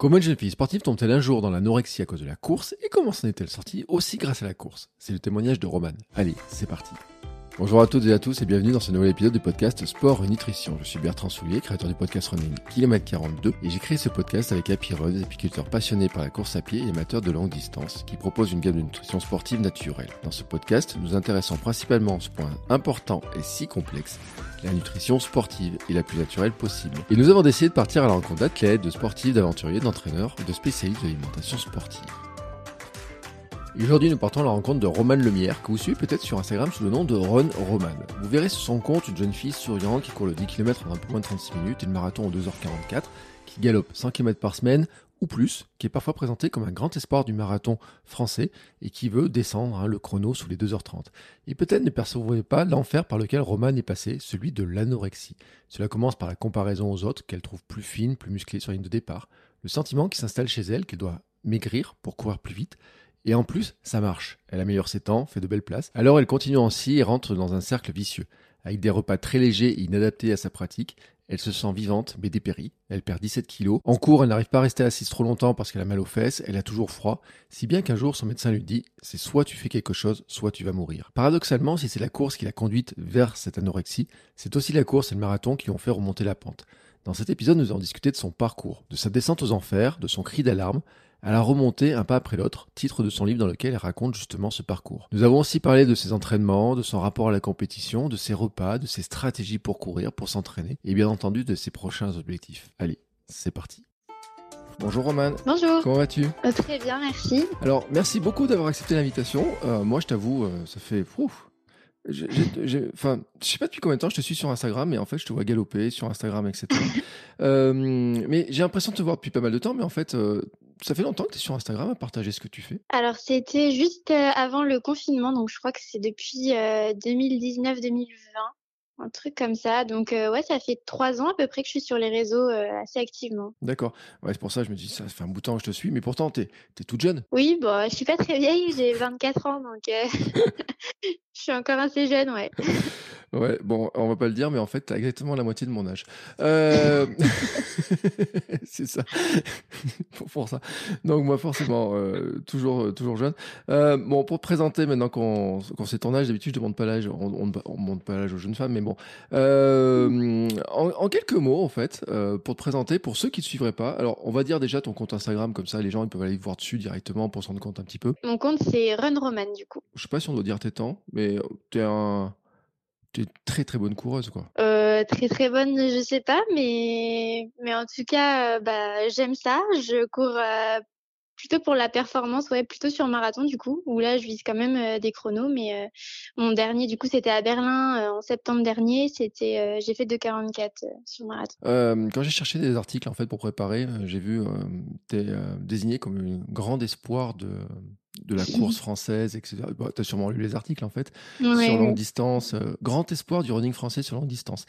Comment une jeune fille sportive tombe-t-elle un jour dans l'anorexie à cause de la course et comment s'en est-elle sortie aussi grâce à la course? C'est le témoignage de Romane. Allez, c'est parti. Bonjour à toutes et à tous et bienvenue dans ce nouvel épisode du podcast Sport et Nutrition. Je suis Bertrand Soulier, créateur du podcast Running Kilomètre 42 et j'ai créé ce podcast avec Happy Run, des apiculteurs passionnés par la course à pied et amateurs de longue distance qui proposent une gamme de nutrition sportive naturelle. Dans ce podcast, nous nous intéressons principalement à ce point important et si complexe, la nutrition sportive est la plus naturelle possible. Et nous avons décidé de partir à la rencontre d'athlètes, de sportifs, d'aventuriers, d'entraîneurs et de spécialistes de l'alimentation sportive. Et aujourd'hui, nous partons à la rencontre de Romane Lemierre, que vous suivez peut-être sur Instagram sous le nom de Run Romane. Vous verrez sur son compte une jeune fille souriante qui court le 10 km en un peu moins de 36 minutes et le marathon en 2h44, qui galope 100 km par semaine ou plus, qui est parfois présenté comme un grand espoir du marathon français et qui veut descendre le chrono sous les 2h30. Et peut-être ne percevez pas l'enfer par lequel Romane est passée, celui de l'anorexie. Cela commence par la comparaison aux autres, qu'elle trouve plus fines, plus musclées sur la ligne de départ. Le sentiment qui s'installe chez elle, qu'elle doit maigrir pour courir plus vite. Et en plus, ça marche. Elle améliore ses temps, fait de belles places. Alors elle continue ainsi et rentre dans un cercle vicieux. Avec des repas très légers et inadaptés à sa pratique, elle se sent vivante mais dépérie. Elle perd 17 kilos. En cours, elle n'arrive pas à rester assise trop longtemps parce qu'elle a mal aux fesses, elle a toujours froid. Si bien qu'un jour, son médecin lui dit « c'est soit tu fais quelque chose, soit tu vas mourir ». Paradoxalement, si c'est la course qui l'a conduite vers cette anorexie, c'est aussi la course et le marathon qui l'ont fait remonter la pente. Dans cet épisode, nous allons discuter de son parcours, de sa descente aux enfers, de son cri d'alarme, à la remontée un pas après l'autre, titre de son livre dans lequel elle raconte justement ce parcours. Nous avons aussi parlé de ses entraînements, de son rapport à la compétition, de ses repas, de ses stratégies pour courir, pour s'entraîner, et bien entendu de ses prochains objectifs. Allez, c'est parti. Bonjour Romane. Bonjour. Comment vas-tu? Très bien, merci. Alors, merci beaucoup d'avoir accepté l'invitation. Moi, je t'avoue, ça fait... je sais pas depuis combien de temps je te suis sur Instagram, mais en fait, je te vois galoper sur Instagram, etc. Mais j'ai l'impression de te voir depuis pas mal de temps, mais en fait, ça fait longtemps que tu es sur Instagram à partager ce que tu fais. Alors, c'était juste avant le confinement, donc je crois que c'est depuis 2019-2020, un truc comme ça. Donc, ouais, ça fait 3 ans à peu près que je suis sur les réseaux assez activement. D'accord. Ouais, c'est pour ça que je me dis, ça fait un bout de temps que je te suis, mais pourtant, t'es toute jeune. Oui, bon, je suis pas très vieille, j'ai 24 ans, donc je suis encore assez jeune, ouais. Ouais, bon, on va pas le dire, mais en fait, t'as exactement la moitié de mon âge. Euh, C'est ça. Pour ça. Donc moi, forcément, toujours jeune. Bon, pour te présenter, maintenant qu'on sait ton âge, d'habitude, je demande pas l'âge, on demande pas l'âge aux jeunes femmes, mais bon. En quelques mots, en fait, pour te présenter, pour ceux qui ne te suivraient pas, alors on va dire déjà ton compte Instagram, comme ça, les gens ils peuvent aller voir dessus directement pour se rendre compte un petit peu. Mon compte, c'est Run Romane, du coup. Je sais pas si on doit dire tes temps, mais t'es une très très bonne coureuse, quoi. Très très bonne, je sais pas, mais en tout cas, bah, j'aime ça. Je cours plutôt pour la performance, ouais, plutôt sur marathon du coup, où là je vise quand même des chronos, mais mon dernier du coup c'était à Berlin en septembre dernier, j'ai fait 2,44 sur marathon. Quand j'ai cherché des articles en fait pour préparer, j'ai vu t'es désigné comme un grand espoir de la course française, etc. Bah, tu as sûrement lu les articles en fait sur Ouais, longue ouais. distance, grand espoir du running français sur longue distance.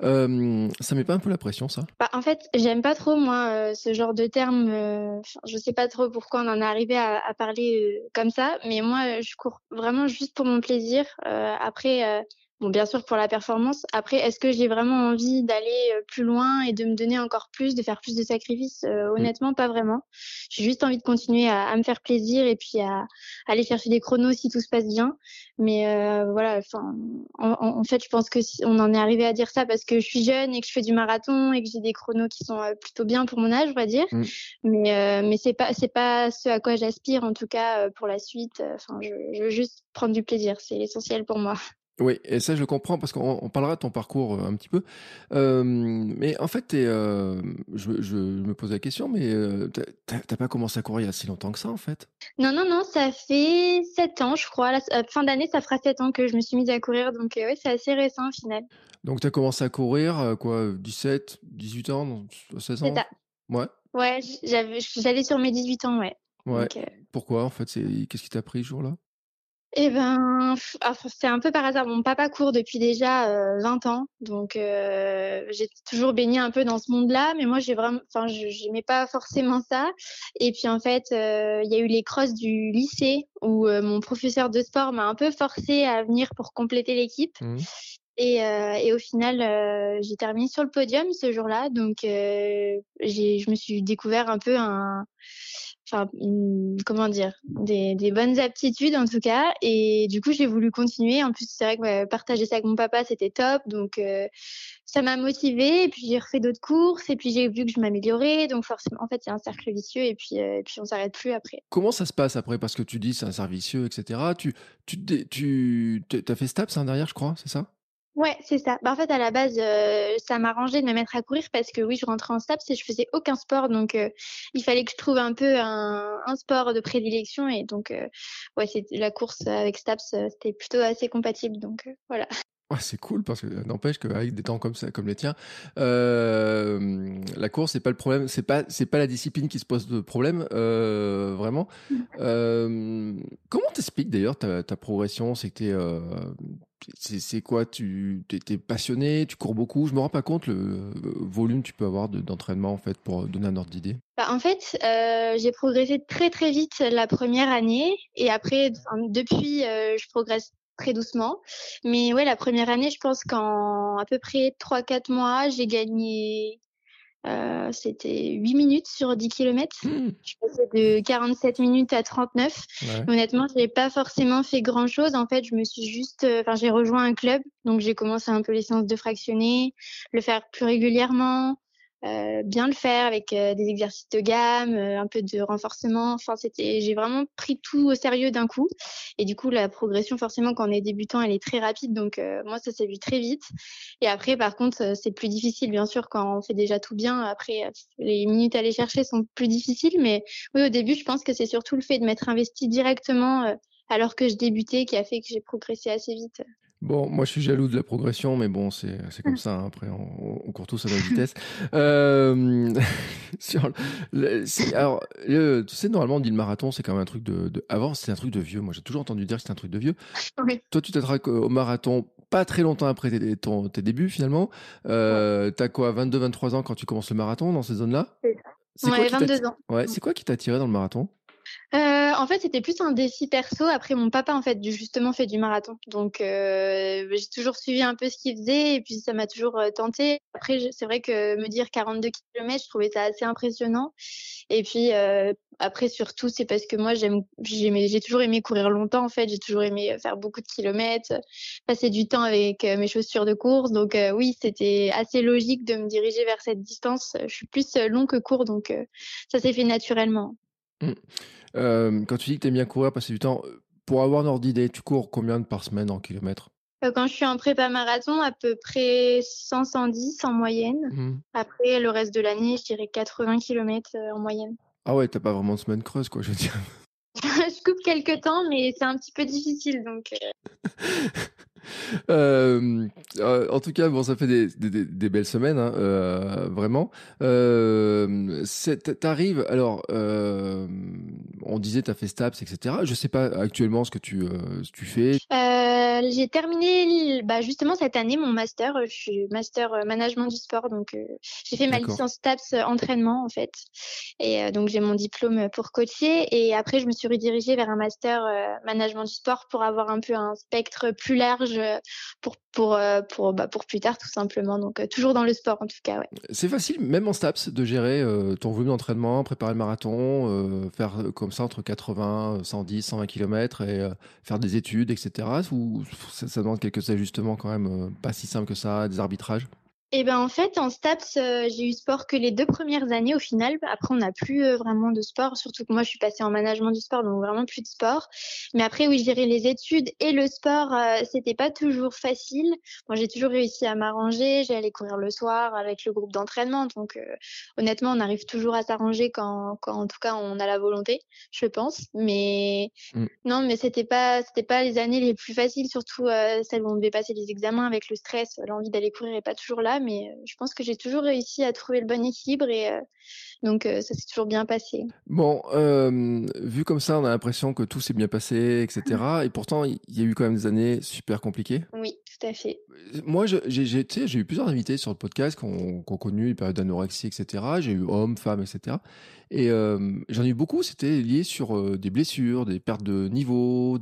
Ça met pas un peu la pression ça? Bah, en fait, j'aime pas trop moi ce genre de terme. Je sais pas trop pourquoi on en est arrivé à parler comme ça, mais moi je cours vraiment juste pour mon plaisir. Après, bon, bien sûr pour la performance. Après, est-ce que j'ai vraiment envie d'aller plus loin et de me donner encore plus, de faire plus de sacrifices? Mmh. Honnêtement, pas vraiment. J'ai juste envie de continuer à me faire plaisir et puis à aller chercher des chronos si tout se passe bien. Mais voilà, enfin, en fait, je pense que on en est arrivé à dire ça parce que je suis jeune et que je fais du marathon et que j'ai des chronos qui sont plutôt bien pour mon âge, on va dire. Mmh. Mais c'est pas ce à quoi j'aspire en tout cas pour la suite. Enfin, je veux juste prendre du plaisir, c'est l'essentiel pour moi. Oui, et ça je le comprends parce qu'on parlera de ton parcours un petit peu. Mais en fait, je me pose la question, mais t'as pas commencé à courir il y a si longtemps que ça en fait? Non, non, non, ça fait 7 ans, je crois. Fin d'année, ça fera 7 ans que je me suis mise à courir, donc ouais, c'est assez récent au final. Donc tu as commencé à courir, quoi, 17, 18 ans, non, 16 C'est ans? ça. Ouais, Ouais, j'allais sur mes 18 ans, ouais. ouais. Donc, Pourquoi en fait? Qu'est-ce qui t'a pris ce jour-là? eh ben, c'est un peu par hasard. Mon papa court depuis déjà 20 ans, donc j'ai toujours baigné un peu dans ce monde-là, mais moi j'aimais pas forcément ça. Et puis en fait, il y a eu les crosses du lycée où mon professeur de sport m'a un peu forcée à venir pour compléter l'équipe. Mmh. Et au final, j'ai terminé sur le podium ce jour-là. Donc, je me suis découvert un peu comment dire, des bonnes aptitudes en tout cas. Et du coup, j'ai voulu continuer. En plus, c'est vrai que partager ça avec mon papa, c'était top. Donc, ça m'a motivée. Et puis, j'ai refait d'autres courses. Et puis, j'ai vu que je m'améliorais. Donc, forcément, en fait, il y a un cercle vicieux. Et puis on s'arrête plus après. Comment ça se passe après? Parce que tu dis c'est un cercle vicieux, et cetera. Tu as fait STAPS, hein, derrière, je crois, c'est ça? Ouais, c'est ça. Bah, en fait, à la base, ça m'arrangeait de me mettre à courir parce que oui, je rentrais en STAPS et je faisais aucun sport. Donc, il fallait que je trouve un peu un sport de prédilection. Et donc, ouais, la course avec STAPS, c'était plutôt assez compatible. Donc, voilà. Ouais, c'est cool parce que n'empêche qu'avec des temps comme ça, comme les tiens, la course, c'est pas le problème, c'est pas la discipline qui se pose de problème, vraiment. Comment t'expliques d'ailleurs ta progression? C'est que c'est quoi? T'es passionné, tu cours beaucoup. Je me rends pas compte le volume que tu peux avoir d'entraînement en fait pour donner un ordre d'idée. Bah, en fait, j'ai progressé très, très vite la première année et après, enfin, depuis, je progresse très doucement. Mais ouais, la première année, je pense qu'en à peu près 3-4 mois, j'ai gagné, c'était 8 minutes sur 10 kilomètres. Mmh. Je suis passée de 47 minutes à 39. Ouais. Honnêtement, j'ai pas forcément fait grand-chose. En fait, je me suis juste, enfin, j'ai rejoint un club, donc j'ai commencé un peu les séances de fractionné, le faire plus régulièrement, bien le faire avec des exercices de gamme, un peu de renforcement. Enfin, j'ai vraiment pris tout au sérieux d'un coup. Et du coup, la progression, forcément, quand on est débutant, elle est très rapide. Donc, moi, ça s'est vu très vite. Et après, par contre, c'est plus difficile, bien sûr, quand on fait déjà tout bien. Après, les minutes à aller chercher sont plus difficiles. Mais oui, au début, je pense que c'est surtout le fait de m'être investi directement alors que je débutais qui a fait que j'ai progressé assez vite. Bon, moi je suis jaloux de la progression, mais bon, c'est comme ça, hein, après on court tous à notre vitesse. Hem, sur alors, tu sais, normalement, on dit le marathon, c'est quand même un truc avant, c'est un truc de vieux. Moi, j'ai toujours entendu dire que c'était un truc de vieux. Oui, Toi, tu t'attraques au marathon pas très longtemps après tes débuts, finalement. ouais, Tu quoi, 22-23 ans quand tu commences le marathon, dans ces zones-là? c'est ça. C'est quoi Ouais, qui t'a 22 ans. ouais, c'est quoi qui t'a attiré dans le marathon? En fait, c'était plus un défi perso. Après, mon papa, en fait, justement, fait du marathon. Donc, j'ai toujours suivi un peu ce qu'il faisait et puis ça m'a toujours tentée. Après, c'est vrai que me dire 42 kilomètres, je trouvais ça assez impressionnant. Et puis, après, surtout, c'est parce que moi, j'ai toujours aimé courir longtemps, en fait. J'ai toujours aimé faire beaucoup de kilomètres, passer du temps avec mes chaussures de course. Donc, oui, c'était assez logique de me diriger vers cette distance. Je suis plus long que court, donc ça s'est fait naturellement. Mmh. Quand tu dis que tu aimes bien courir, passer du temps, pour avoir un ordre d'idée, tu cours combien de par semaine en kilomètres? Quand je suis en prépa marathon, à peu près 100-110 en moyenne. Mmh. Après, le reste de l'année, je dirais 80 kilomètres en moyenne. Ah ouais, tu pas vraiment de semaine creuse, quoi, je veux dire. Je coupe quelques temps, mais c'est un petit peu difficile, donc En tout cas, bon, ça fait des belles semaines, hein, vraiment. C'est tu alors, on disait tu as fait STAPS et cetera. Je sais pas actuellement ce que tu fais. J'ai terminé bah, justement cette année mon master, je suis master, management du sport, donc j'ai fait ma D'accord. licence TAPS entraînement en fait. Et donc j'ai mon diplôme pour coacher et après je me suis redirigée vers un master, management du sport pour avoir un peu un spectre plus large, pour plus tard tout simplement, donc toujours dans le sport en tout cas, ouais. C'est facile, même en STAPS, de gérer, ton volume d'entraînement, préparer le marathon, faire, comme ça entre 80, 110, 120 kilomètres et faire des études et cetera? Ou ça demande quelques ajustements quand même, pas si simple que ça, des arbitrages? Et ben, en fait, en STAPS, j'ai eu sport que les 2 premières années au final. Après, on n'a plus, vraiment de sport, surtout que moi, je suis passée en management du sport, donc vraiment plus de sport. Mais après, oui, gérer les études et le sport, c'était pas toujours facile. Moi, j'ai toujours réussi à m'arranger. J'allais courir le soir avec le groupe d'entraînement, donc honnêtement, on arrive toujours à s'arranger quand en tout cas, on a la volonté, je pense. Mais Mmh. non, mais c'était pas les années les plus faciles, surtout, celles où on devait passer les examens avec le stress, l'envie d'aller courir est pas toujours là, mais je pense que j'ai toujours réussi à trouver le bon équilibre Donc ça s'est toujours bien passé. Bon, vu comme ça, on a l'impression que tout s'est bien passé, et cetera et pourtant, il y a eu quand même des années super compliquées. Oui, tout à fait. Moi, tu sais, j'ai eu plusieurs invités sur le podcast qui ont connu les périodes d'anorexie, et cetera. J'ai eu hommes, femmes, et cetera et j'en ai eu beaucoup, c'était lié sur, des blessures, des pertes de niveau,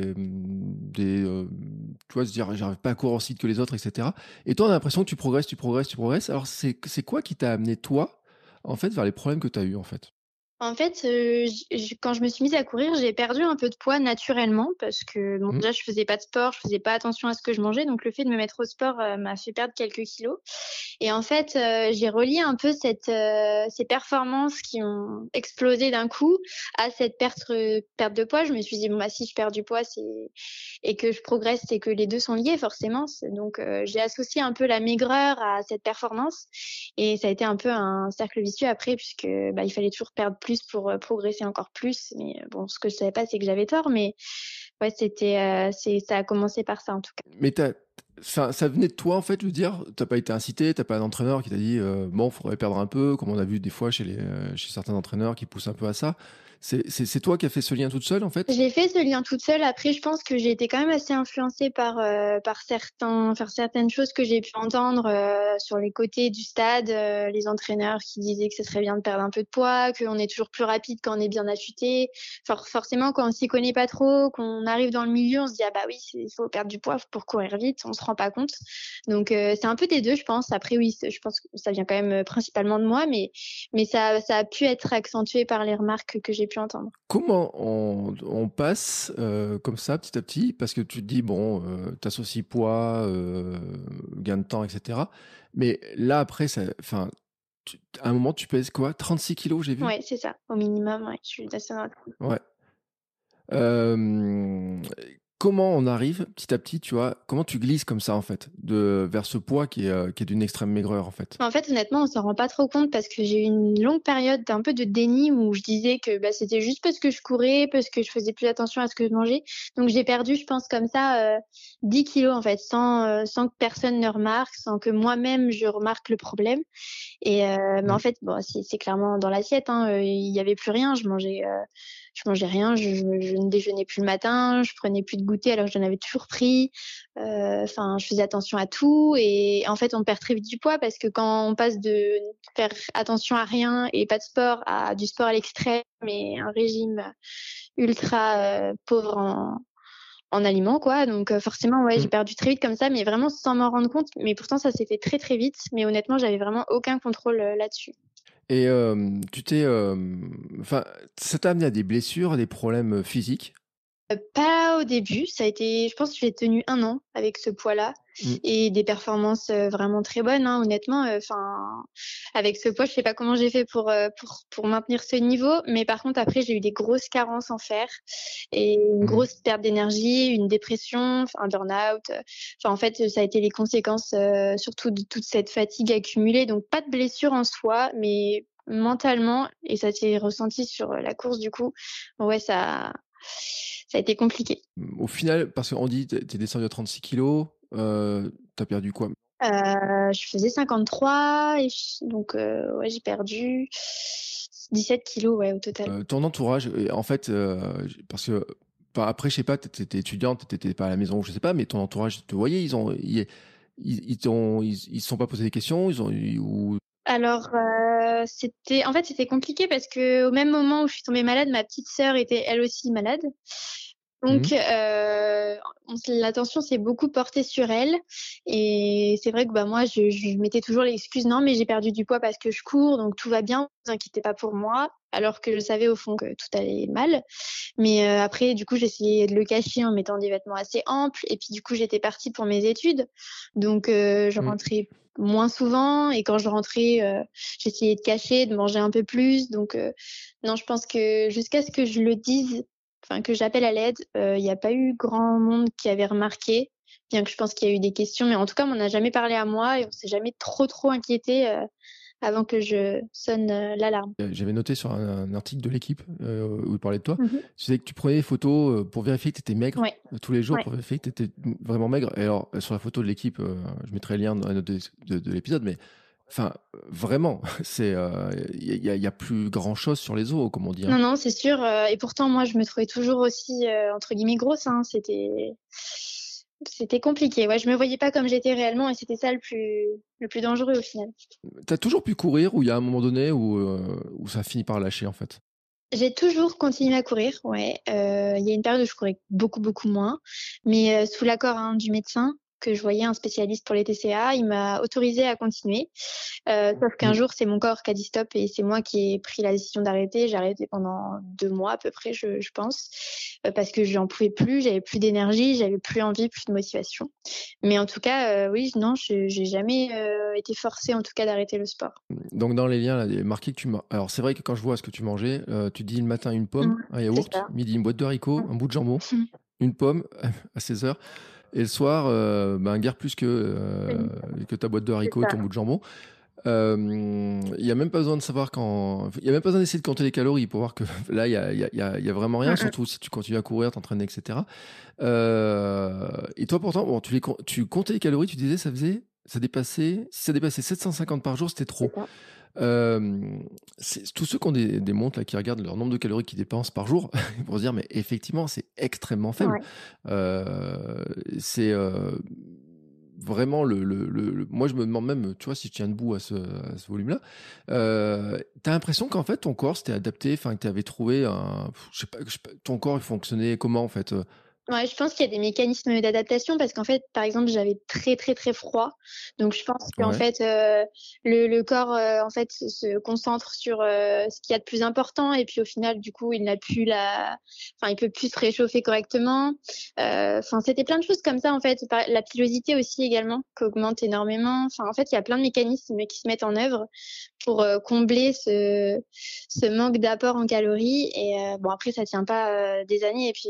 tu vois, se dire: «J'arrive pas à courir aussi vite que les autres», et cetera et toi, on a l'impression que tu progresses, tu progresses, tu progresses. Alors c'est quoi qui t'a amené toi, en fait, vers les problèmes que tu as eus, en fait? En fait, quand je me suis mise à courir, j'ai perdu un peu de poids naturellement parce que bon, Mmh. déjà je faisais pas de sport, je faisais pas attention à ce que je mangeais, donc le fait de me mettre au sport, m'a fait perdre quelques kilos et en fait, j'ai relié un peu ces performances qui ont explosé d'un coup à cette perte de poids. Je me suis dit: «Bon, bah, si je perds du poids, c'est et que je progresse, c'est que les 2 sont liés forcément». C'est donc j'ai associé un peu la maigreur à cette performance et ça a été un peu un cercle vicieux après puisque, bah, il fallait toujours perdre plus pour, progresser encore plus. Mais, bon, ce que je savais pas, c'est que j'avais tort, mais ouais, ça a commencé par ça, en tout cas. Mais enfin, ça venait de toi, en fait, je veux dire? Tu pas été incité, t'as pas un entraîneur qui t'a dit, «Bon, faudrait perdre un peu», comme on a vu des fois chez certains entraîneurs qui poussent un peu à ça. C'est toi qui as fait ce lien toute seule, en fait? J'ai fait ce lien toute seule. Après, je pense que j'ai été quand même assez influencée par certaines choses que j'ai pu entendre, sur les côtés du stade, les entraîneurs qui disaient que ce serait bien de perdre un peu de poids, qu'on est toujours plus rapide quand on est bien affûté. Forcément, quand on s'y connaît pas trop, qu'on arrive dans le milieu, on se dit: «Ah bah oui, il faut perdre du poids pour courir vite», on se rend pas compte. Donc c'est un peu des 2, je pense. Après oui, je pense que ça vient quand même, principalement de moi, mais ça a pu être accentué par les remarques que j'ai pu entendre. Comment on passe, comme ça, petit à petit? Parce que tu te dis, bon, tu associes poids, gain de temps et cetera. Mais là, après, ça enfin, à un moment, tu pèses quoi? 36 kilos, j'ai vu? Ouais, c'est ça, au minimum, ouais, je suis assez d'accord. Ouais. Hem, comment on arrive petit à petit, tu vois? Comment tu glisses comme ça, en fait, vers ce poids qui est d'une extrême maigreur, en fait? En fait, honnêtement, on s'en rend pas trop compte parce que j'ai eu une longue période d'un peu de déni où je disais que, bah, c'était juste parce que je courais, parce que je faisais plus attention à ce que je mangeais. Donc j'ai perdu, je pense comme ça, 10 kilos en fait, sans que personne ne remarque, sans que moi-même je remarque le problème et mais en Mmh. fait, bon, c'est clairement dans l'assiette, hein, il y avait plus rien. Je mangeais rien, je ne déjeunais plus le matin, je prenais plus de goûter alors que j'en avais toujours pris. Enfin, je faisais attention à tout et en fait, on perd très vite du poids parce que quand on passe de faire attention à rien et pas de sport à du sport à l'extrême et un régime ultra, pauvre en aliments quoi, donc forcément, ouais, j'ai Mmh. perdu très vite comme ça, mais vraiment sans m'en rendre compte. Mais pourtant ça s'est fait très, très vite, mais honnêtement, j'avais vraiment aucun contrôle, là-dessus. Et enfin, ça t'a amené à des blessures, à des problèmes, physiques? Pas au début, ça a été je pense que j'ai tenu 1 an avec ce poids-là Mmh. et des performances, vraiment très bonnes, hein, honnêtement, enfin, avec ce poids, je sais pas comment j'ai fait pour maintenir ce niveau, mais par contre après j'ai eu des grosses carences en fer et une Mmh. grosse perte d'énergie, une dépression, enfin un burn-out, enfin en fait, ça a été les conséquences, surtout de toute cette fatigue accumulée, donc pas de blessure en soi, mais mentalement et ça s'est ressenti sur, la course du coup. Ouais, ça a été compliqué. Au final, parce qu'on dit tu es descendu à 36 kilogrammes, tu perdu quoi? Je faisais 53 et donc ouais, j'ai perdu 17 kilos, ouais, au total. Ton entourage, en fait, parce que, enfin, après, je sais pas, tu étais étudiante, tu étais pas à la maison, je sais pas, mais ton entourage te voyait, ils se sont pas posé des questions, ils ont eu ou Alors, c'était compliqué parce qu'au même moment où je suis tombée malade, ma petite sœur était elle aussi malade. mmh, Donc, l'attention s'est beaucoup portée sur elle et c'est vrai que, bah, moi, je mettais toujours l'excuse: «Non, mais j'ai perdu du poids parce que je cours, donc tout va bien, vous inquiétez pas pour moi», alors que je savais au fond que tout allait mal. Mais, après, du coup, j'essayais de le cacher en mettant des vêtements assez amples et puis, du coup, j'étais partie pour mes études. Donc, je mmh. rentrais moins souvent et quand je rentrais, j'essayais de cacher, de manger un peu plus. Donc, non, je pense que jusqu'à ce que je le dise, enfin que j'appelle à l'aide, il y a pas eu grand monde qui avait remarqué, bien que je pense qu'il y a eu des questions, mais en tout cas, on m'en a jamais parlé à moi et on s'est jamais trop inquiété, avant que je sonne, l'alarme. J'avais noté sur un article de L'Équipe, où il parlait de toi. Mmh mh. Tu disais que tu prenais des photos, pour vérifier que tu étais maigre, Ouais, tous les jours ouais. pour vérifier que tu étais vraiment maigre et alors, sur la photo de L'Équipe, je mettrai le lien dans la note de l'épisode, mais Enfin, vraiment, il y a plus grand-chose sur les os, comme on dit, hein. Non, non, c'est sûr, et pourtant moi je me trouvais toujours aussi, entre guillemets «grosse», hein. C'était compliqué. Ouais, je me voyais pas comme j'étais réellement et c'était ça le plus dangereux au final. Tu toujours pu courir ou il y a un moment donné où ça finit par lâcher, en fait? J'ai toujours continué à courir, ouais, il y a une période où je courais beaucoup, beaucoup moins, mais sous l'accord, hein, du médecin que je voyais, un spécialiste pour les TCA, il m'a autorisée à continuer. Sauf qu'un Mmh. jour, c'est mon corps qui a dit stop et c'est moi qui ai pris la décision d'arrêter. J'ai arrêté pendant 2 mois à peu près, je pense, parce que j'en pouvais plus, j'avais plus d'énergie, j'avais plus envie, plus de motivation. Mais en tout cas, oui, non, j'ai jamais, été forcée en tout cas d'arrêter le sport. Donc dans les liens, là, il est marqué que tu manges. Alors c'est vrai que quand je vois ce que tu mangeais, tu dis le matin une pomme, Mmh, un c'est yaourt, ça. midi une boîte de haricots, un bout de jambon, Mmh. une pomme à 16 heures, et le soir, ben, guère plus que ta boîte de C'est haricots et ça. ton bout de jambon. Il y a même pas besoin de savoir quand. Il y a même pas besoin d'essayer de compter les calories pour voir que là, il y a vraiment rien, Mmh mh. surtout si tu continues à courir, t'entraîner, etc. Et toi, pourtant, bon, tu comptais les calories, tu disais, si ça dépassait 750 par jour, c'était C'est trop. ça. Tous ceux qui ont des montres là, qui regardent leur nombre de calories qu'ils dépensent par jour, pour se dire, mais effectivement, c'est extrêmement faible. Ouais. C'est vraiment moi, je me demande même, tu vois, si je tiens debout à ce volume-là, t'as l'impression qu'en fait, ton corps s'était adapté, enfin, que tu avais trouvé je sais pas, ton corps, il fonctionnait comment, en fait? Ouais, je pense qu'il y a des mécanismes d'adaptation parce qu'en fait, par exemple, j'avais très, très, très froid. Donc je pense qu'en Ouais. fait, le corps, en fait, se concentre sur, ce qu'il y a de plus important et puis au final, du coup, il peut plus se réchauffer correctement. Enfin, c'était plein de choses comme ça, en fait. La pilosité aussi également, qui augmente énormément. Enfin, en fait, il y a plein de mécanismes qui se mettent en œuvre pour, combler ce manque d'apport en calories et bon après ça tient pas, des années et puis,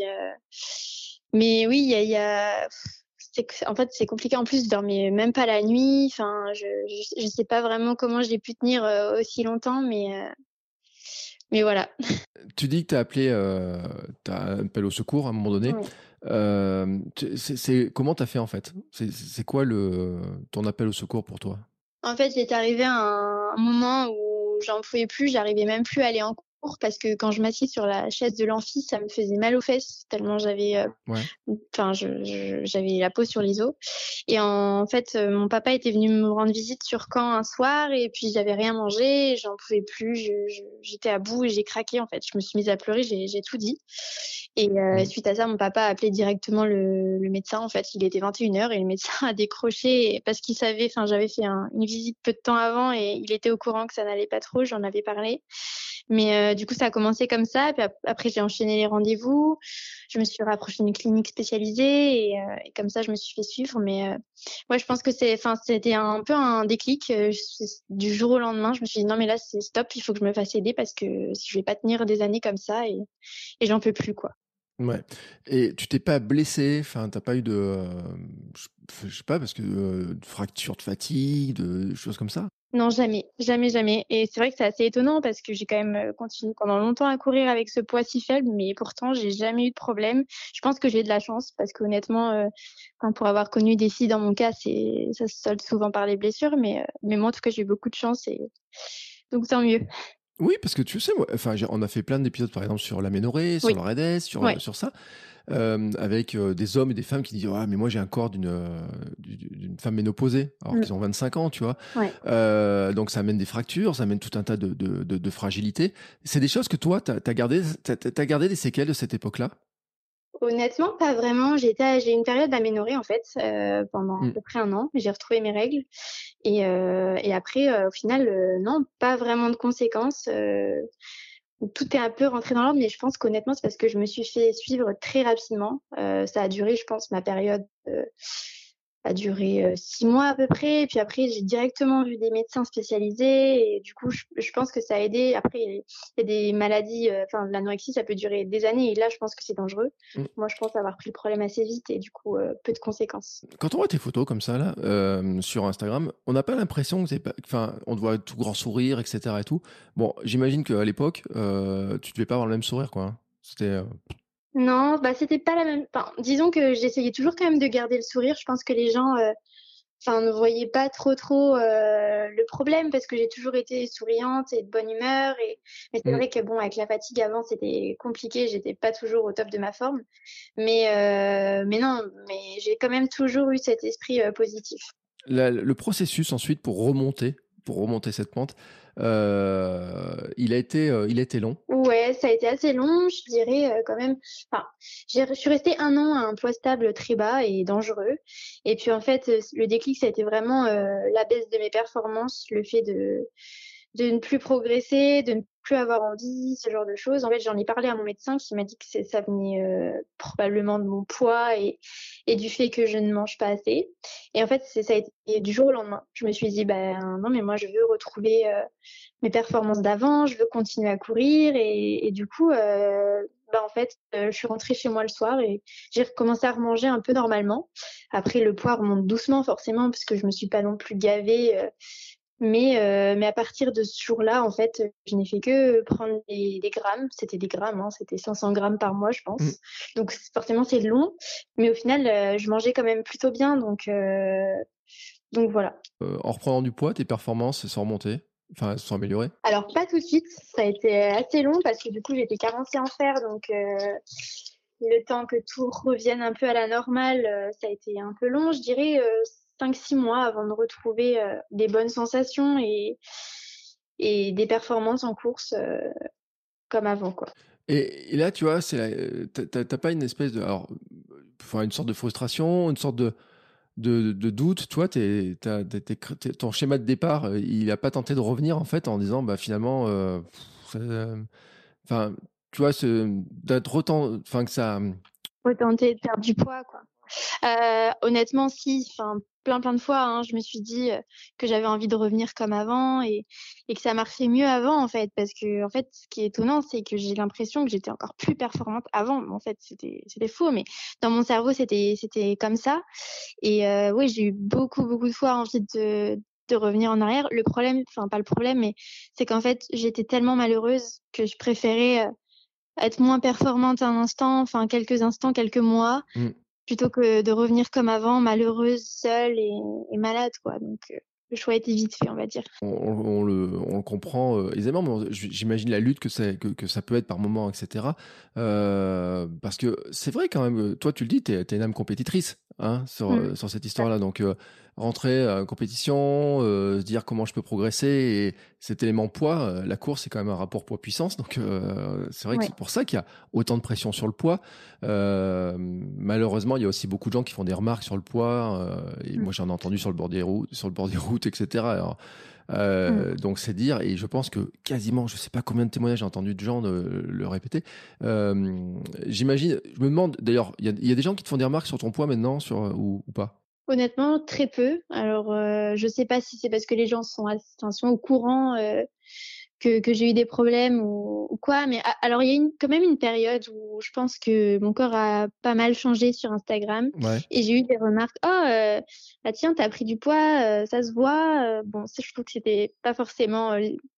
mais oui, il y a en fait, c'est compliqué. En plus, je dormais même pas la nuit. Enfin, je sais pas vraiment comment j'ai pu tenir, aussi longtemps, mais voilà. Tu dis que tu as appelé au secours à un moment donné. Ouais. Comment tu as fait, en fait? C'est quoi ton appel au secours pour toi? En fait, il est arrivé un moment où j'en pouvais plus, j'arrivais même plus à aller en cours parce que quand je m'assis sur la chaise de l'amphi, ça me faisait mal aux fesses tellement Ouais. j'avais la peau sur les os et en fait, mon papa était venu me rendre visite sur Caen un soir et puis j'avais rien mangé, j'en pouvais plus, j'étais à bout et j'ai craqué en fait. Je me suis mise à pleurer, j'ai tout dit et Mmh. suite à ça, mon papa a appelé directement le médecin. En fait, il était 21 heures et le médecin a décroché parce qu'il savait, enfin, j'avais fait une visite peu de temps avant et il était au courant que ça n'allait pas trop, j'en avais parlé. Mais du coup, ça a commencé comme ça. Puis après, j'ai enchaîné les rendez-vous. Je me suis rapprochée d'une clinique spécialisée et comme ça, je me suis fait suivre. Mais ouais, je pense que c'était un peu un déclic. Du jour au lendemain, je me suis dit non, mais là, c'est stop. Il faut que je me fasse aider parce que si je vais pas tenir des années comme ça et j'en peux plus, quoi. Ouais, et tu t'es pas blessé? Enfin, t'as pas eu je sais pas, parce que, de fracture de fatigue, de choses comme ça? Non, jamais, jamais, jamais. Et c'est vrai que c'est assez étonnant parce que j'ai quand même continué pendant longtemps à courir avec ce poids si faible, mais pourtant j'ai jamais eu de problème. Je pense que j'ai de la chance parce qu'honnêtement, enfin, pour avoir connu des filles dans mon cas, ça se solde souvent par les blessures, mais moi en tout cas j'ai eu beaucoup de chance et donc tant mieux. Oui, parce que tu sais, moi, enfin, on a fait plein d'épisodes, par exemple, sur l'aménorrhée, sur Oui, le REDES, sur, ouais. sur ça, avec des hommes et des femmes qui disent, ah, mais moi j'ai un corps d'une femme ménopausée, alors Mm. qu'ils ont 25 ans, tu vois. Ouais. Donc ça amène des fractures, ça amène tout un tas de fragilités. C'est des choses que toi, t'as gardé des séquelles de cette époque-là? Honnêtement, pas vraiment. J'ai eu une période d'aménorrhée en fait pendant à Hmm. peu près un an. J'ai retrouvé mes règles et après, au final, non, pas vraiment de conséquences. Tout est un peu rentré dans l'ordre, mais je pense qu'honnêtement, c'est parce que je me suis fait suivre très rapidement. Ça a duré, je pense, ma période a duré 6 mois à peu près. Et puis après, j'ai directement vu des médecins spécialisés et du coup, je pense que ça a aidé. Après, il y a des maladies, enfin, l'anorexie, ça peut durer des années et là, je pense que c'est dangereux. Hmm. Moi, je pense avoir pris le problème assez vite et du coup, peu de conséquences. Quand on voit tes photos comme ça, là, sur Instagram, on n'a pas l'impression que c'est pas, enfin, on te voit tout grand sourire, etc. et tout. Bon, j'imagine qu'à l'époque, tu devais pas avoir le même sourire, quoi, hein. C'était, Non, bah, c'était pas la même. Enfin, disons que j'essayais toujours quand même de garder le sourire. Je pense que les gens enfin, ne voyait pas trop le problème parce que j'ai toujours été souriante et de bonne humeur. Mais c'est Mmh. vrai que bon, avec la fatigue avant, c'était compliqué. J'étais pas toujours au top de ma forme. Mais non, mais j'ai quand même toujours eu cet esprit positif. Le processus ensuite pour remonter cette pente, il a été long? Ouais, ça a été assez long, je dirais, quand même. Enfin, je suis restée 1 an à un poids stable très bas et dangereux. Et puis en fait, le déclic, ça a été vraiment la baisse de mes performances, le fait de ne plus progresser, de ne plus avoir envie, ce genre de choses. En fait, j'en ai parlé à mon médecin qui m'a dit que ça venait probablement de mon poids et du fait que je ne mange pas assez. Et en fait, ça a été du jour au lendemain. Je me suis dit, ben non, mais moi, je veux retrouver mes performances d'avant, je veux continuer à courir. Et du coup, en fait, je suis rentrée chez moi le soir et j'ai recommencé à remanger un peu normalement. Après, le poids remonte doucement, forcément, parce que je me suis pas non plus gavée. Mais à partir de ce jour-là, en fait, je n'ai fait que prendre des grammes. C'était des grammes, hein, c'était 500 grammes par mois, je Mmh. pense. Donc forcément, c'est long. Mais au final, je mangeais quand même plutôt bien. Donc voilà. En reprenant du poids, tes performances se sont remontées? Enfin, elles se sont améliorées? Alors, pas tout de suite. Ça a été assez long parce que du coup, j'étais carencée en fer. Donc, le temps que tout revienne un peu à la normale, ça a été un peu long. Je dirais 5-6 mois avant de retrouver des bonnes sensations et des performances en course comme avant, quoi. Et là, tu vois, tu pas une espèce de alors, enfin, une sorte de frustration, une sorte de doute, toi, ton schéma de départ, il a pas tenté de revenir en fait en disant: «Bah, finalement, ça» enfin, tu vois, d'être autant enfin que ça, Retenter de perdre du poids, quoi. Honnêtement, si, enfin, plein de fois, hein, je me suis dit que j'avais envie de revenir comme avant et que ça marchait mieux avant, en fait. Parce que, en fait, ce qui est étonnant, c'est que j'ai l'impression que j'étais encore plus performante avant. En fait, c'était faux, mais dans mon cerveau, c'était comme ça. Et oui, j'ai eu beaucoup de fois envie de revenir en arrière. Le problème, enfin, pas le problème, mais c'est qu'en fait, j'étais tellement malheureuse que je préférais être moins performante un instant, enfin quelques instants, quelques mois, mmh. plutôt que de revenir comme avant, malheureuse, seule et malade, quoi. Donc, le choix a été vite fait, on va dire. On le comprend, aisément, mais j'imagine la lutte que ça peut être par moment et cetera. Parce que c'est vrai quand même, toi tu le dis, tu es une âme compétitrice, hein, Mmh. sur cette histoire-là. Donc, rentrer, en compétition, se dire: «Comment je peux progresser?» et cet élément poids, la course, c'est quand même un rapport poids-puissance. Donc, c'est vrai que Ouais. c'est pour ça qu'il y a autant de pression sur le poids. Malheureusement, il y a aussi beaucoup de gens qui font des remarques sur le poids, et Mmh. moi j'en ai entendu sur le bord des routes et cetera. Alors, Mmh. donc c'est dire et je pense que quasiment, je sais pas combien de témoignages j'ai entendu de gens le répéter. J'imagine je me demande d'ailleurs, il y a des gens qui te font des remarques sur ton poids maintenant ou pas? Honnêtement, très peu. Alors, je sais pas si c'est parce que les gens enfin, sont au courant, que j'ai eu des problèmes ou quoi, mais alors il y a quand même une période où je pense que mon corps a pas mal changé sur Instagram Ouais. et j'ai eu des remarques: «Oh, bah, tiens, tu as pris du poids, ça se voit», bon, ça, je trouve que c'était pas forcément,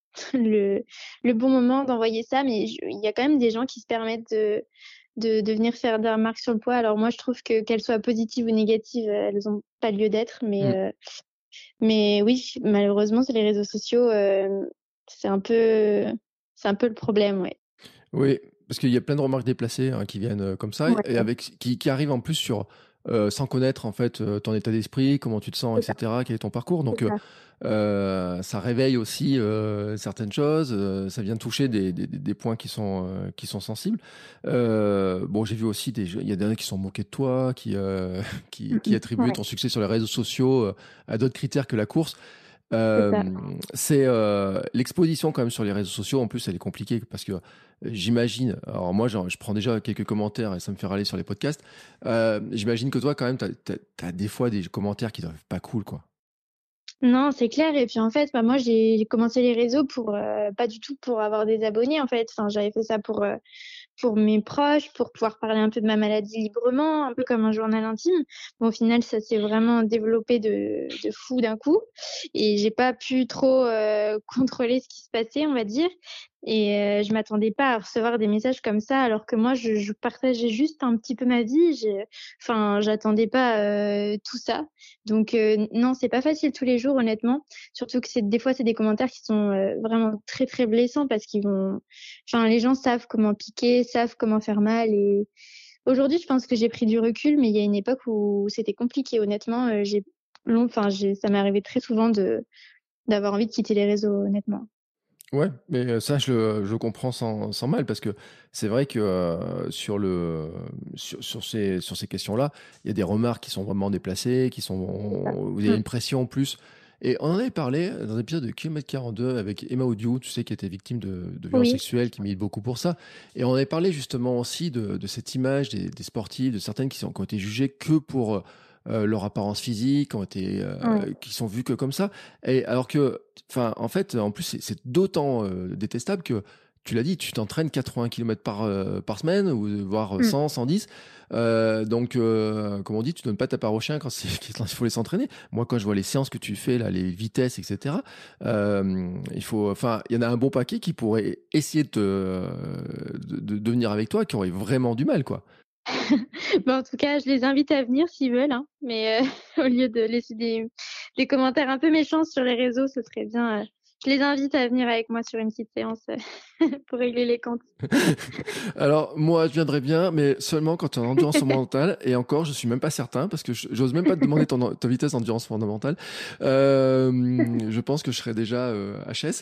le le bon moment d'envoyer ça, mais il y a quand même des gens qui se permettent de venir faire des remarques sur le poids. Alors moi, je trouve que qu'elles soient positives ou négatives, elles ont pas lieu d'être, Mmh. mais oui, malheureusement, sur les réseaux sociaux, c'est un peu c'est un peu le problème, ouais. Oui, parce qu'il y a plein de remarques déplacées, hein, qui viennent, comme ça et Ouais, avec qui arrivent en plus sans connaître en fait, ton état d'esprit, comment tu te sens et c'est ça, cetera, quel est ton parcours c'est donc ça. ça réveille aussi, certaines choses, ça vient toucher des points qui sont sensibles. Bon, j'ai vu aussi il y a des gens qui sont moqués de toi, Mmh qui mh. attribuaient Ouais, ton succès sur les réseaux sociaux, à d'autres critères que la course. c'est ça. C'est, l'exposition quand même sur les réseaux sociaux, en plus, elle est compliquée parce que, j'imagine alors moi, je prends déjà quelques commentaires et ça me fait râler sur les podcasts. J'imagine que toi, quand même, tu as des fois des commentaires qui doivent être pas cool, quoi. Non, c'est clair et puis, en fait, bah, moi, j'ai commencé les réseaux pour, pas du tout pour avoir des abonnés, en fait. Enfin, j'avais fait ça pour mes proches, pour pouvoir parler un peu de ma maladie librement, un peu comme un journal intime. Bon, au final, ça s'est vraiment développé de fou d'un coup et j'ai pas pu trop, contrôler ce qui se passait, on va dire et je m'attendais pas à recevoir des messages comme ça alors que moi je partageais juste un petit peu ma vie. J'attendais pas, tout ça. Donc non, c'est pas facile tous les jours honnêtement, surtout que des fois, c'est des commentaires qui sont, vraiment très, très blessants parce les gens savent comment piquer, savent comment faire mal et aujourd'hui, je pense que j'ai pris du recul, mais il y a une époque où c'était compliqué honnêtement, ça m'est arrivé très souvent d'avoir envie de quitter les réseaux honnêtement. Ouais, mais ça, je comprends sans mal parce que c'est vrai que sur ces questions-là, il y a des remarques qui sont vraiment déplacées, où il y a Mmh. une pression en plus. Et on en avait parlé dans l'épisode de Kilomètre 42 avec Emma Audiou, tu sais, qui était victime de violences Oui, sexuelles, qui milite beaucoup pour ça. Et on avait parlé justement aussi de cette image des sportifs, de certaines qui ont été jugées que pour leur apparence physique, ouais. qui sont vues que comme ça. Et alors que, enfin, en fait, en plus, c'est d'autant détestable que, tu l'as dit, tu t'entraînes 80 km par semaine, ou voire Mmh. 100, 110. Donc, comme on dit, tu donnes pas ta part au chien quand il faut les s'entraîner. Moi, quand je vois les séances que tu fais, là, les vitesses, etc., il y en a un bon paquet qui pourrait essayer de venir avec toi, qui aurait vraiment du mal, quoi. Bah, en tout cas, je les invite à venir s'ils veulent, hein, mais au lieu de laisser des commentaires un peu méchants sur les réseaux, ce serait bien, je les invite à venir avec moi sur une petite séance, pour régler les comptes. Alors, moi, je viendrais bien, mais seulement quand tu es en endurance fondamentale. Et encore, je suis même pas certain, parce que j'ose même pas te demander ta vitesse d'endurance fondamentale. Je pense que je serais déjà HS.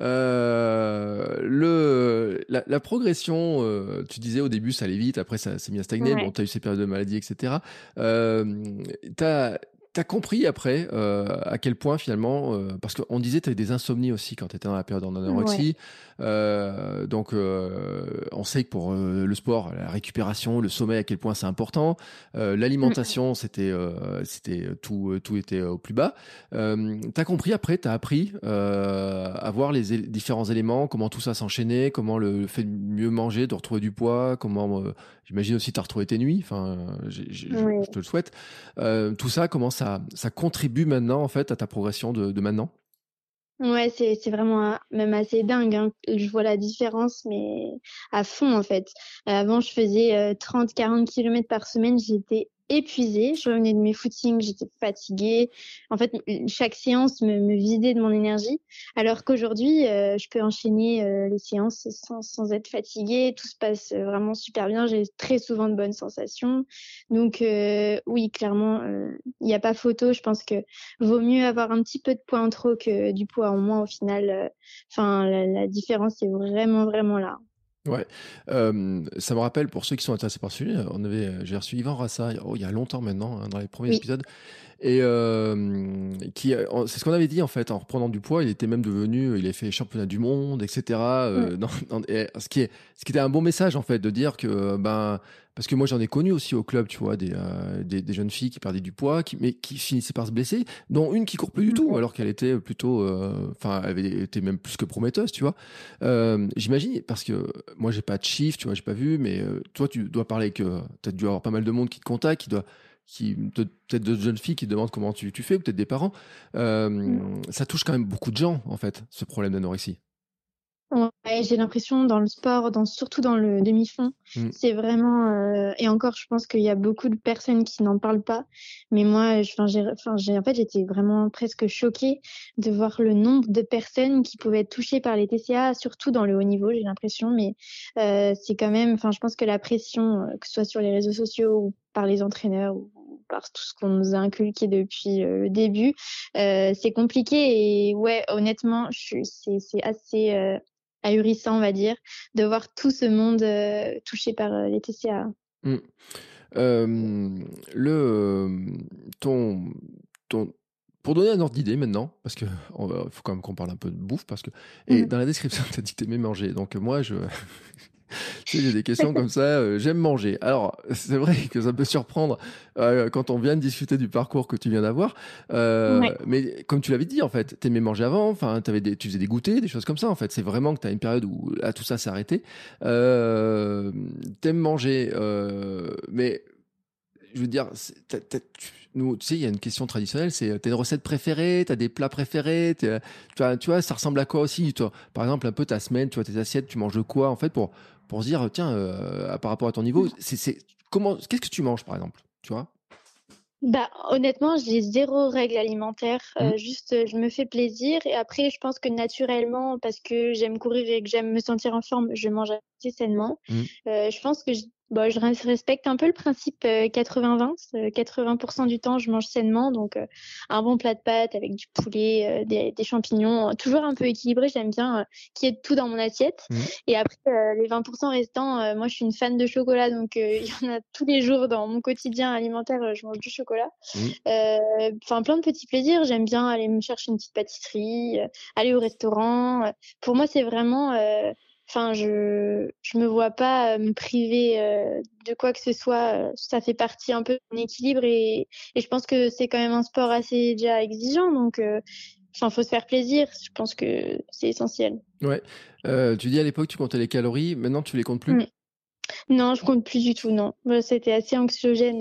La progression, tu disais au début, ça allait vite, après ça s'est mis à stagner. Bon, Ouais. tu as eu ces périodes de maladie, etc. Euh, t'as, T'as compris après à quel point finalement, parce qu'on disait que tu avais des insomnies aussi quand tu étais dans la période en Ouais. anorexie. Donc, on sait que pour le sport, la récupération, le sommeil, à quel point c'est important. Mmh. L'alimentation, c'était tout était au plus bas. T'as compris après, t'as appris à voir différents éléments, comment tout ça s'enchaînait, comment le fait de mieux manger, de retrouver du poids, comment, j'imagine aussi t'as retrouvé tes nuits. Enfin, je Oui. te le souhaite. Tout ça, comment ça contribue maintenant en fait à ta progression de maintenant? Ouais, c'est vraiment, même assez dingue, hein. Je vois la différence, mais à fond, en fait. Avant, je faisais, 30-40 kilomètres par semaine, j'étais épuisée. Je revenais de mes footings, j'étais fatiguée. En fait, chaque séance me vidait de mon énergie, alors qu'aujourd'hui, je peux enchaîner, les séances sans être fatiguée. Tout se passe, vraiment super bien. J'ai très souvent de bonnes sensations. Donc oui, clairement, il y a pas photo. Je pense que vaut mieux avoir un petit peu de poids en trop que du poids en moins au final. La différence est vraiment, vraiment là. Ouais, ça me rappelle pour ceux qui sont intéressés par ce sujet, j'ai reçu Yvan Rassa, il y a longtemps maintenant, hein, dans les premiers Oui. épisodes. Et c'est ce qu'on avait dit en fait, en reprenant du poids, il était même devenu, il avait fait championnat du monde, etc. Mmh. Ce qui était un bon message en fait, de dire que ben, parce que moi j'en ai connu aussi au club, tu vois, des jeunes filles qui perdaient du poids, mais qui finissaient par se blesser, dont une qui court plus du tout, Ouais. alors qu'elle était plutôt, enfin, elle avait été même plus que prometteuse, tu vois. J'imagine, parce que moi j'ai pas de chiffres, tu vois, j'ai pas vu, mais toi tu dois parler avec, t'as dû avoir pas mal de monde qui te contacte, peut-être de jeunes filles qui te demandent comment tu fais, ou peut-être des parents. Mmh. Ça touche quand même beaucoup de gens, en fait, ce problème d'anorexie. Ouais, j'ai l'impression dans le sport, surtout dans le demi-fond, Mm. c'est vraiment, et encore, je pense qu'il y a beaucoup de personnes qui n'en parlent pas. Mais moi, en fait, j'étais vraiment presque choquée de voir le nombre de personnes qui pouvaient être touchées par les TCA, surtout dans le haut niveau, j'ai l'impression. Mais c'est quand même, je pense que la pression, que ce soit sur les réseaux sociaux ou par les entraîneurs ou par tout ce qu'on nous a inculqué depuis le début, c'est compliqué. Et ouais, honnêtement, c'est assez ahurissant, on va dire, de voir tout ce monde touché par les TCA. Mm. Euh, le, ton, ton, pour donner un ordre d'idée maintenant, parce que faut quand même qu'on parle un peu de bouffe, et Mhm. dans la description, tu as dit que tu aimais manger. Donc moi, Tu sais, j'ai des questions comme ça. J'aime manger. Alors, c'est vrai que ça peut surprendre quand on vient de discuter du parcours que tu viens d'avoir. Ouais. Mais comme tu l'avais dit, en fait, t'aimais manger avant. Enfin, tu faisais des goûters, des choses comme ça. En fait, c'est vraiment que t'as une période où là, tout ça s'est arrêté. Euh, T'aimes manger, mais je veux dire, nous, tu sais, il y a une question traditionnelle, c'est t'as une recette préférée, t'as des plats préférés, tu vois, ça ressemble à quoi aussi, toi? Par exemple, un peu ta semaine, tu vois, tes assiettes, tu manges de quoi, en fait, pour se dire, tiens, par rapport à ton niveau, qu'est-ce que tu manges, par exemple, tu vois? Bah, honnêtement, j'ai zéro règle alimentaire. Hmm. Juste, je me fais plaisir. Et après, je pense que naturellement, parce que j'aime courir et que j'aime me sentir en forme, je mange assez sainement. Hmm. Je pense que bon, respecte un peu le principe 80-20. 80% du temps, je mange sainement. Donc, un bon plat de pâtes avec du poulet, des champignons, toujours un peu équilibré. J'aime bien qu'il y ait de tout dans mon assiette. Hmm. Et après, les 20% restants, moi, je suis une fan de chocolat. Donc, il y en a tous les jours dans mon quotidien alimentaire. Je mange du chocolat. Hmm. Enfin, plein de petits plaisirs. J'aime bien aller me chercher une petite pâtisserie, aller au restaurant. Pour moi, c'est vraiment. Enfin, je me vois pas me priver de quoi que ce soit. Ça fait partie un peu de mon équilibre et je pense que c'est quand même un sport assez déjà exigeant. Donc, enfin, faut se faire plaisir. Je pense que c'est essentiel. Ouais. Tu dis à l'époque, tu comptais les calories, maintenant, tu les comptes plus? Mm. Non, je compte plus du tout, non. C'était assez anxiogène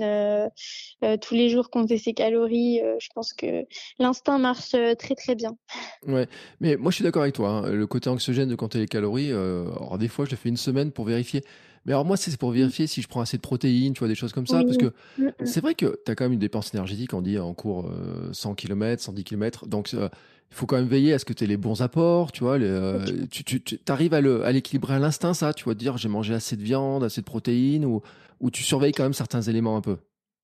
tous les jours compter ses calories. Je pense que l'instinct marche très très bien. Ouais, mais moi je suis d'accord avec toi, hein. Le côté anxiogène de compter les calories, alors des fois je le fais une semaine pour vérifier. Mais alors moi c'est pour Mm. vérifier si je prends assez de protéines, tu vois, des choses comme ça, parce Oui. que Mm, mm. c'est vrai que tu as quand même une dépense énergétique, on dit en cours 100 km, 110 km, donc il faut quand même veiller à ce que tu aies les bons apports, tu vois, tu arrives à l'équilibrer à l'instinct ça, tu vois, te dire j'ai mangé assez de viande, assez de protéines, ou tu surveilles quand même certains éléments un peu.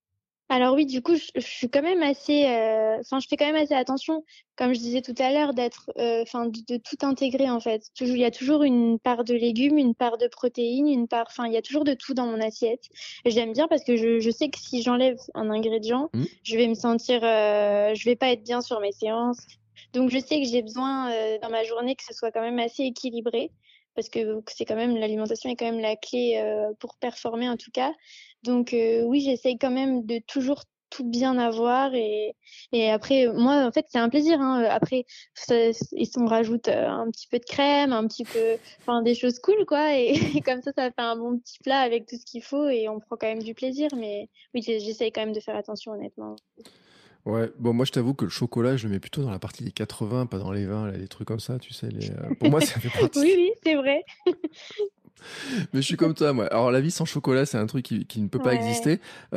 Alors oui, du coup, je suis quand même assez, enfin, je fais quand même assez attention, comme je disais tout à l'heure, d'être, enfin, de tout intégrer en fait. Toujours, il y a toujours une part de légumes, une part de protéines, une part, enfin, il y a toujours de tout dans mon assiette. Et j'aime bien parce que je sais que si j'enlève un ingrédient, Hmm. je vais me sentir, je vais pas être bien sur mes séances. Donc je sais que j'ai besoin dans ma journée que ce soit quand même assez équilibré parce que c'est quand même l'alimentation est quand même la clé pour performer en tout cas. Donc oui, j'essaye quand même de toujours tout bien avoir et après moi en fait c'est un plaisir hein. Après on rajoute un petit peu de crème, un petit peu enfin des choses cool quoi et comme ça fait un bon petit plat avec tout ce qu'il faut et on prend quand même du plaisir mais oui, j'essaye quand même de faire attention honnêtement. Ouais, bon, moi je t'avoue que le chocolat, je le mets plutôt dans la partie des 80, pas dans les 20, là, les trucs comme ça, tu sais. Pour moi, ça fait Oui partie. oui, c'est vrai. Mais je suis comme toi, moi. Alors, la vie sans chocolat, c'est un truc qui ne peut pas Ouais. exister.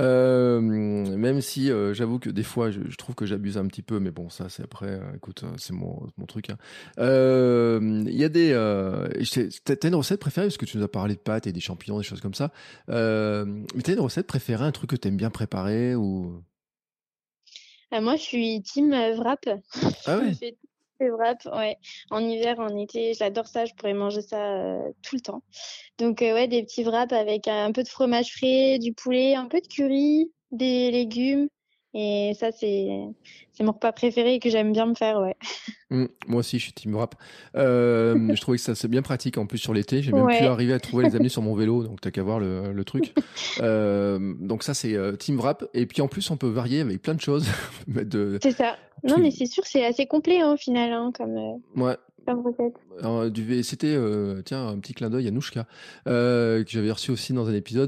Même si j'avoue que des fois, je trouve que j'abuse un petit peu, mais bon, ça, c'est après, écoute, c'est mon truc, hein. Il y a t'as une recette préférée, parce que tu nous as parlé de pâtes et des champignons, des choses comme ça. Mais t'as une recette préférée, un truc que t'aimes bien préparer ou... Moi, je suis team wrap. Ah Je ouais? fais tous les wraps, ouais. En hiver, en été, j'adore ça. Je pourrais manger ça tout le temps. Donc, ouais, des petits wraps avec un peu de fromage frais, du poulet, un peu de curry, des légumes. Et ça, c'est mon repas préféré que j'aime bien me faire, ouais. Moi aussi, je suis team rap. Je trouvais que ça c'est bien pratique en plus sur l'été. J'ai même pu Ouais, arriver à trouver les amener sur mon vélo, donc t'as qu'à voir le truc. Donc ça c'est team rap. Et puis en plus on peut varier avec plein de choses. On peut mettre de c'est ça. Non, trucs. mais c'est sûr, c'est assez complet hein, au final, hein, Ouais. comme recette. Alors, c'était tiens un petit clin d'œil à Nouchka que j'avais reçu aussi dans un épisode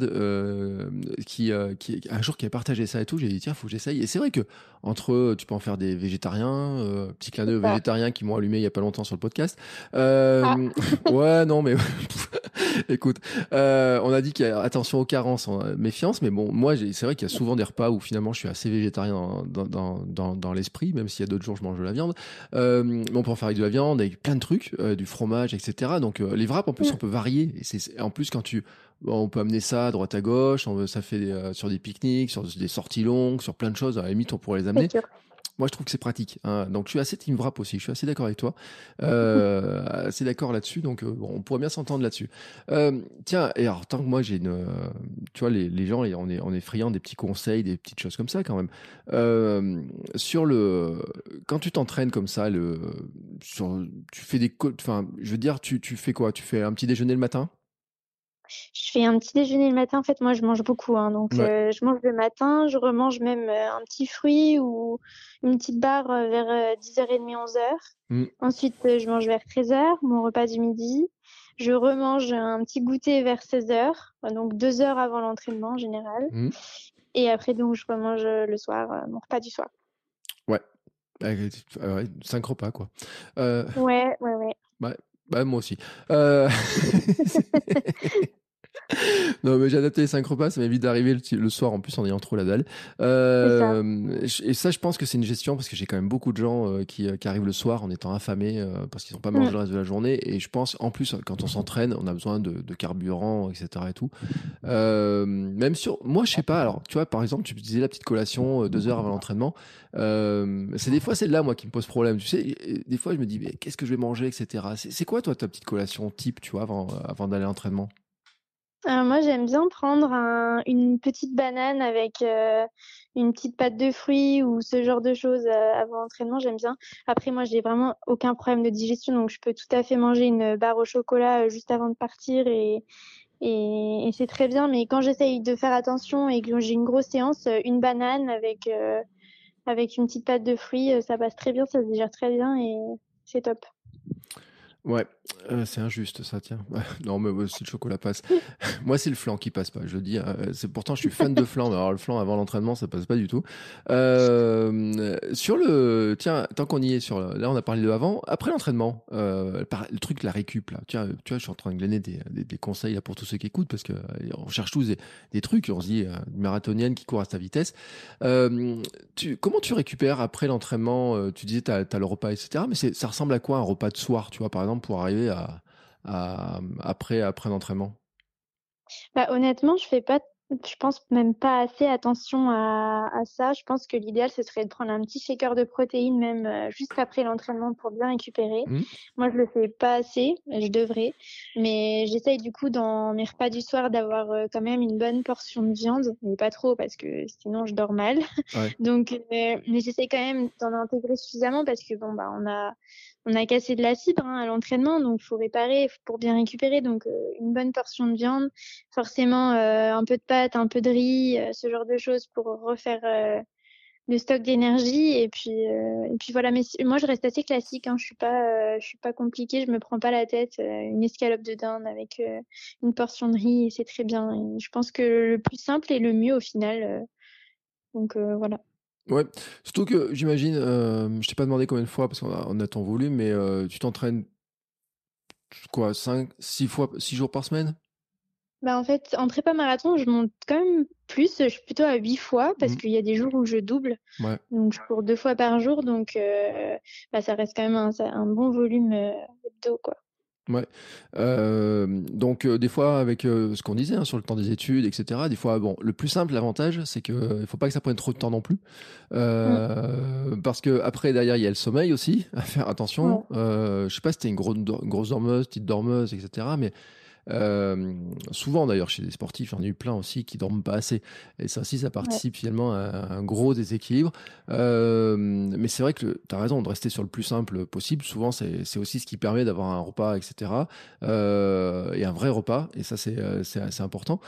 qui un jour qui a partagé ça et tout. J'ai dit tiens faut que j'essaye. Et c'est vrai que entre tu peux en faire des végétariens, petit clin d'œil aux Ça. végétariens qui m'ont allumé il y a pas longtemps sur le podcast. Ah, Ouais non mais écoute, on a dit qu'il y a attention aux carences, méfiance. Mais bon moi c'est vrai qu'il y a souvent des repas où finalement je suis assez végétarien dans l'esprit, même s'il y a d'autres jours je mange de la viande. Mais on peut en faire avec de la viande, avec plein de trucs, du fromage, etc. Donc les wraps, en plus, on mm, peut varier. Et en plus, bon, on peut amener ça à droite à gauche. Ça fait sur des pique-niques, sur des sorties longues, sur plein de choses. À la limite, on pourrait les amener. c'est sûr. Moi, je trouve que c'est pratique, hein. Donc, je suis assez team wrap aussi. Je suis assez d'accord avec toi. Assez d'accord là-dessus. Donc, bon, on pourrait bien s'entendre là-dessus. Tiens, et alors, tant que moi, tu vois, les gens, on est friands des petits conseils, des petites choses comme ça, quand même. Euh, quand tu t'entraînes comme ça, tu fais enfin, je veux dire, tu fais quoi? Tu fais un petit déjeuner le matin? Je fais un petit déjeuner le matin. En fait, moi, je mange beaucoup, hein, donc Ouais. je mange le matin. Je remange même un petit fruit ou une petite barre vers 10h30, 11h. Mm, Ensuite, je mange vers 13h, mon repas du midi. Je remange un petit goûter vers 16h, donc 2 heures avant l'entraînement en général. mm. Et après, donc, je remange le soir, mon repas du soir. Ouais. Ouais, 5 repas, quoi. Euh, Ouais, ouais, ouais. ouais. Bah, moi aussi. Euh, Non, mais j'ai adapté les 5 repas, ça m'évite d'arriver le soir en plus en ayant trop la dalle. C'est ça. Et ça, je pense que c'est une gestion parce que j'ai quand même beaucoup de gens qui arrivent le soir en étant affamés parce qu'ils n'ont pas mangé Mm. le reste de la journée. Et je pense, en plus, quand on s'entraîne, on a besoin de carburant, etc. et tout. Même sur, moi, je sais pas. Alors, tu vois, par exemple, tu disais la petite collation 2 heures avant l'entraînement. C'est des fois, c'est là, moi, qui me pose problème. Tu sais, et des fois, je me dis, mais qu'est-ce que je vais manger, etc. C'est quoi, toi, ta petite collation type, tu vois, avant d'aller à l'entraînement? Moi, j'aime bien prendre une petite banane avec une petite pâte de fruits ou ce genre de choses avant l'entraînement, j'aime bien. Après, moi, j'ai vraiment aucun problème de digestion, donc je peux tout à fait manger une barre au chocolat juste avant de partir et c'est très bien. Mais quand j'essaye de faire attention et que j'ai une grosse séance, une banane avec une petite pâte de fruits, ça passe très bien, ça se digère très bien et c'est top. Ouais, c'est injuste ça, tiens. Non, mais si le chocolat passe. Moi, c'est le flan qui passe pas, je le dis. C'est pourtant, je suis fan de flan, mais alors le flan avant l'entraînement, ça passe pas du tout. Sur le, tiens, tant qu'on y est sur, là, on a parlé de avant, après l'entraînement, le truc, la récup là. Tiens, tu vois, je suis en train de glaner des conseils là pour tous ceux qui écoutent parce que on cherche tous des trucs. On se dit, une marathonienne qui court à sa vitesse. Euh, comment tu récupères après l'entraînement? Tu disais, t'as le repas, etc. Mais ça ressemble à quoi un repas de soir, tu vois, par exemple, pour arriver après l'entraînement? Bah, honnêtement, je pense même pas assez attention à ça. Je pense que l'idéal, ce serait de prendre un petit shaker de protéines, même juste après l'entraînement pour bien récupérer. Hmm. Moi, je le fais pas assez, je devrais. Mais j'essaye du coup dans mes repas du soir d'avoir quand même une bonne portion de viande, mais pas trop parce que sinon je dors mal. Ouais. Donc, mais j'essaye quand même d'en intégrer suffisamment parce que bon, bah, on a cassé de la fibre hein, à l'entraînement, donc faut réparer pour bien récupérer. Donc, une bonne portion de viande, forcément un peu de pâtes, un peu de riz, ce genre de choses pour refaire le stock d'énergie. Et puis voilà. Mais moi, je reste assez classique. Hein, je suis pas compliquée. Je me prends pas la tête. Une escalope de dinde avec une portion de riz, c'est très bien. Et je pense que le plus simple est le mieux au final. Donc voilà. Ouais, surtout que j'imagine, je t'ai pas demandé combien de fois parce qu'on a ton volume, mais tu t'entraînes quoi, 5, 6 fois, 6 jours par semaine? Bah en fait, en prépa marathon, je monte quand même plus. Je suis plutôt à 8 fois parce Hmm. qu'il y a des jours où je double. Ouais. Donc je cours 2 fois par jour. Donc bah, ça reste quand même un bon volume hebdo, quoi. Ouais. Donc des fois avec ce qu'on disait hein, sur le temps des études, etc. Des fois, bon, le plus simple, l'avantage, c'est que il faut pas que ça prenne trop de temps non plus, Mm. parce que après derrière il y a le sommeil aussi à faire attention. Ouais. Je sais pas si t'es une grosse dormeuse, petite dormeuse, etc. Mais souvent d'ailleurs chez les sportifs, j'en ai eu plein aussi qui dorment pas assez. Et ça aussi, ça Ouais. participe finalement à un gros déséquilibre. Mais c'est vrai que tu as raison de rester sur le plus simple possible. Souvent, c'est aussi ce qui permet d'avoir un repas, etc. Et un vrai repas. Et ça, c'est assez important.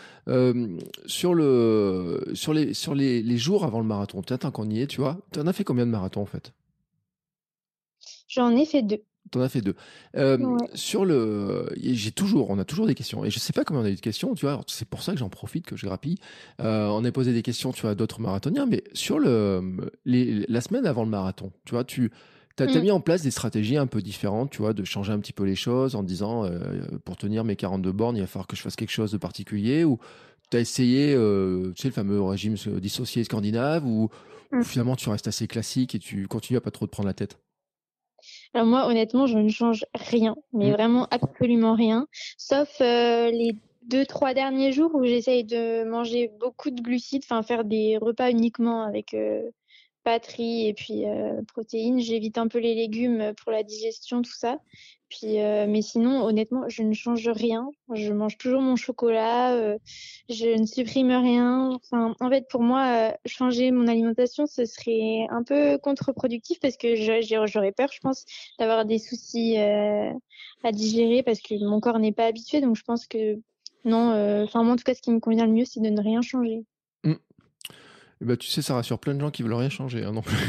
Sur les jours avant le marathon, peut-être qu'on y est, tu vois. Tu en as fait combien de marathons en fait? J'en ai fait 2. T'en as fait deux. Ouais. On a toujours des questions. Et je sais pas combien on a eu de questions, tu vois. Alors, c'est pour ça que j'en profite, que je grappille. On a posé des questions, tu vois, à d'autres marathoniens. Mais sur la semaine avant le marathon, tu vois, t'as Mm. mis en place des stratégies un peu différentes, tu vois, de changer un petit peu les choses en disant, pour tenir mes 42 bornes, il va falloir que je fasse quelque chose de particulier. Ou t'as essayé, tu sais, le fameux régime dissocié scandinave, ou Mm. finalement tu restes assez classique et tu continues à pas trop te prendre la tête. Alors moi, honnêtement, je ne change rien, mais Mm. vraiment absolument rien, sauf les 2, 3 derniers jours où j'essaye de manger beaucoup de glucides, enfin faire des repas uniquement avec batterie et puis protéines. J'évite un peu les légumes pour la digestion, tout ça. Puis, mais sinon, honnêtement, je ne change rien. Je mange toujours mon chocolat. Je ne supprime rien. Enfin, en fait, pour moi, changer mon alimentation, ce serait un peu contre-productif parce que j'aurais peur, je pense, d'avoir des soucis à digérer parce que mon corps n'est pas habitué. Donc, je pense que Non, enfin moi en tout cas ce qui me convient le mieux c'est de ne rien changer. Mmh. Et bah, tu sais, ça rassure plein de gens qui veulent rien changer, hein, non plus.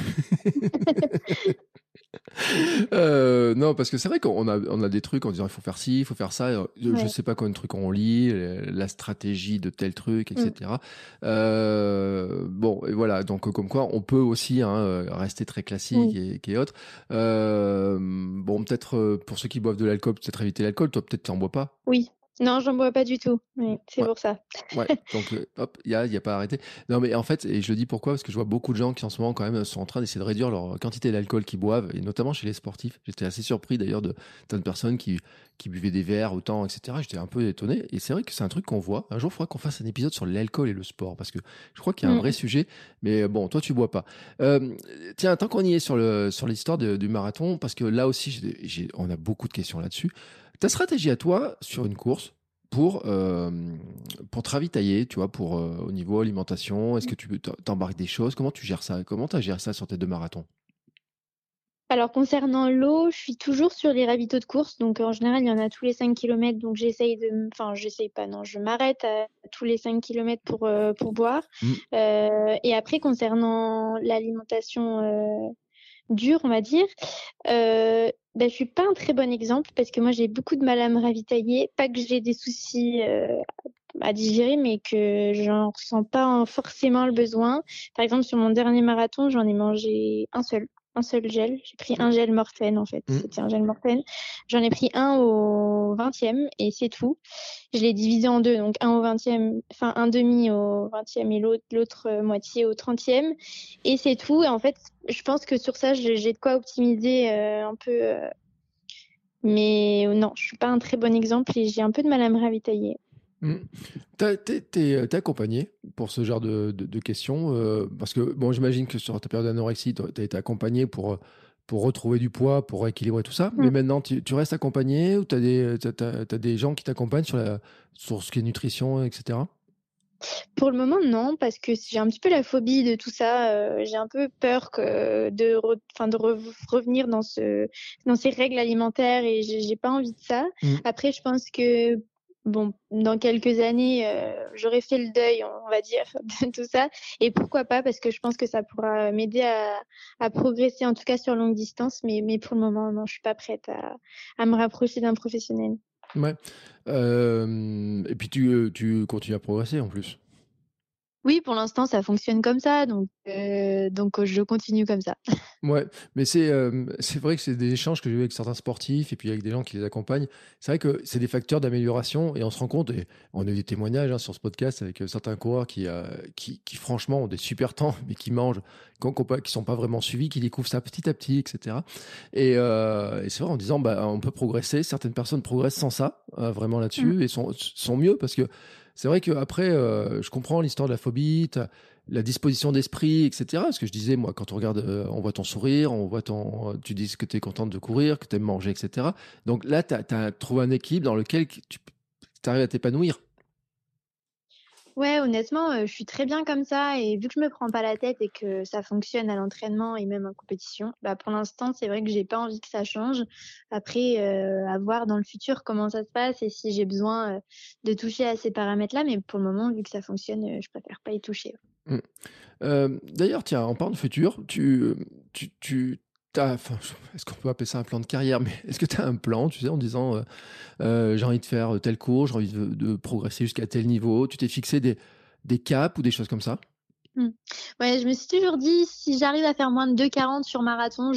Non, parce que c'est vrai qu'on a des trucs en disant: «Il faut faire ci, il faut faire ça», je Ouais. sais pas combien de trucs on lit, la stratégie de tel truc et Mmh. cetera. Bon et voilà, donc comme quoi on peut aussi, hein, rester très classique Oui. et autres. Bon peut-être, pour ceux qui boivent de l'alcool, peut-être éviter l'alcool. Toi, peut-être tu en bois pas? Oui. Non, j'en bois pas du tout. Oui, c'est Ouais. pour ça. Ouais, donc hop, il y a pas à arrêter. Non, mais en fait et je le dis pourquoi? Parce que je vois beaucoup de gens qui en ce moment quand même sont en train d'essayer de réduire leur quantité d'alcool qu'ils boivent et notamment chez les sportifs. J'étais assez surpris d'ailleurs de tant de personnes qui buvaient des verres autant et cetera. J'étais un peu étonné et c'est vrai que c'est un truc qu'on voit. Un jour, il faudra qu'on fasse un épisode sur l'alcool et le sport parce que je crois qu'il y a un vrai Mmh. sujet, mais bon, toi tu bois pas. Tiens, tant qu'on y est sur l'histoire du marathon parce que là aussi on a beaucoup de questions là-dessus. Ta stratégie à toi sur une course pour te ravitailler, tu vois, au niveau alimentation, est-ce que tu t'embarques des choses? Comment tu gères ça? Comment tu as géré ça sur tes 2 marathons? Alors concernant l'eau, je suis toujours sur les ravitaux de course, donc en général, il y en a tous les 5 kilomètres, donc j'essaye pas, non, je m'arrête à tous les 5 kilomètres pour boire. Mmh. Et après concernant l'alimentation, dure, on va dire, je suis pas un très bon exemple parce que moi j'ai beaucoup de mal à me ravitailler. Pas que j'ai des soucis, à digérer, mais que j'en ressens pas forcément le besoin. Par exemple, sur mon dernier marathon, j'en ai mangé un seul gel. J'ai pris un gel Morten en fait, Mmh. c'était un gel Morten. J'en ai pris un au 20e et c'est tout. Je l'ai divisé en 2, donc un au 20e, enfin un demi au 20e et l'autre moitié au 30e et c'est tout et en fait, je pense que sur ça, j'ai de quoi optimiser, un peu, mais non, je suis pas un très bon exemple et j'ai un peu de mal à me ravitailler. Mmh. Tu accompagné pour ce genre de questions, parce que bon, j'imagine que sur ta période d'anorexie, tu as été accompagné pour retrouver du poids, pour équilibrer tout ça. Mais Mmh. maintenant, tu restes accompagné ou tu as des gens qui t'accompagnent sur ce qui est nutrition et cetera? Pour le moment, non, parce que j'ai un petit peu la phobie de tout ça, j'ai un peu peur que de revenir dans ces règles alimentaires et j'ai pas envie de ça. Mmh. Après, je pense que, bon, dans quelques années, j'aurai fait le deuil, on va dire, de tout ça et pourquoi pas, parce que je pense que ça pourra m'aider à progresser, en tout cas sur longue distance, mais pour le moment, non, je suis pas prête à me rapprocher d'un professionnel. Ouais. Et puis tu continues à progresser en plus? Oui, pour l'instant, ça fonctionne comme ça, donc je continue comme ça. Ouais, mais c'est vrai que c'est des échanges que j'ai eu avec certains sportifs et puis avec des gens qui les accompagnent. C'est vrai que c'est des facteurs d'amélioration et on se rend compte et on a eu des témoignages, hein, sur ce podcast avec, certains coureurs qui franchement ont des super temps, mais qui mangent, qui sont pas vraiment suivis, qui découvrent ça petit à petit et cetera et c'est vrai en disant: «Bah, on peut progresser». Certaines personnes progressent sans ça, vraiment Mmh. là-dessus et sont mieux parce que c'est vrai qu'après, je comprends l'histoire de la phobie, la disposition d'esprit, et cetera. Ce que je disais, moi, quand on regarde, on voit ton sourire, on voit tu dis que tu es contente de courir, que tu aimes manger, et cetera. Donc là, tu as trouvé un équilibre dans lequel tu arrives à t'épanouir. Ouais, honnêtement, je suis très bien comme ça et vu que je me prends pas la tête et que ça fonctionne à l'entraînement et même en compétition, bah, pour l'instant, c'est vrai que j'ai pas envie que ça change. Après, à voir dans le futur comment ça se passe et si j'ai besoin, de toucher à ces paramètres-là, mais pour le moment, vu que ça fonctionne, je préfère pas y toucher. Mmh. D'ailleurs, tiens, en parlant de futur, tu enfin, est-ce qu'on peut appeler ça un plan de carrière? Mais est-ce que tu as un plan, tu sais, en disant, «J'ai envie de faire, tel cours, j'ai envie de progresser jusqu'à tel niveau». Tu t'es fixé des caps ou des choses comme ça? Mmh. Ouais, je me suis toujours dit: «Si j'arrive à faire moins de 2:40 sur marathon,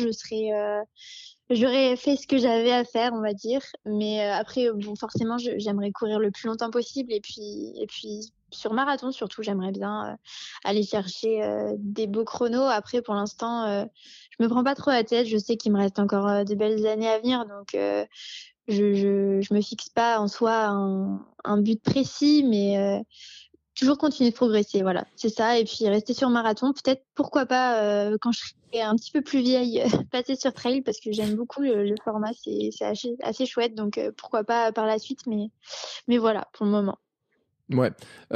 j'aurais fait ce que j'avais à faire», on va dire. Mais, après, bon, forcément, j'aimerais courir le plus longtemps possible et puis sur marathon, surtout, j'aimerais bien, aller chercher, des beaux chronos. Après, pour l'instant, je me prends pas trop la tête. Je sais qu'il me reste encore, de belles années à venir, donc, je me fixe pas en soi un but précis, mais, toujours continuer de progresser, voilà, c'est ça et puis rester sur marathon, peut-être pourquoi pas, quand je serai un petit peu plus vieille, passer sur trail parce que j'aime beaucoup le format, c'est assez chouette donc pourquoi pas par la suite mais voilà, pour le moment. Ouais.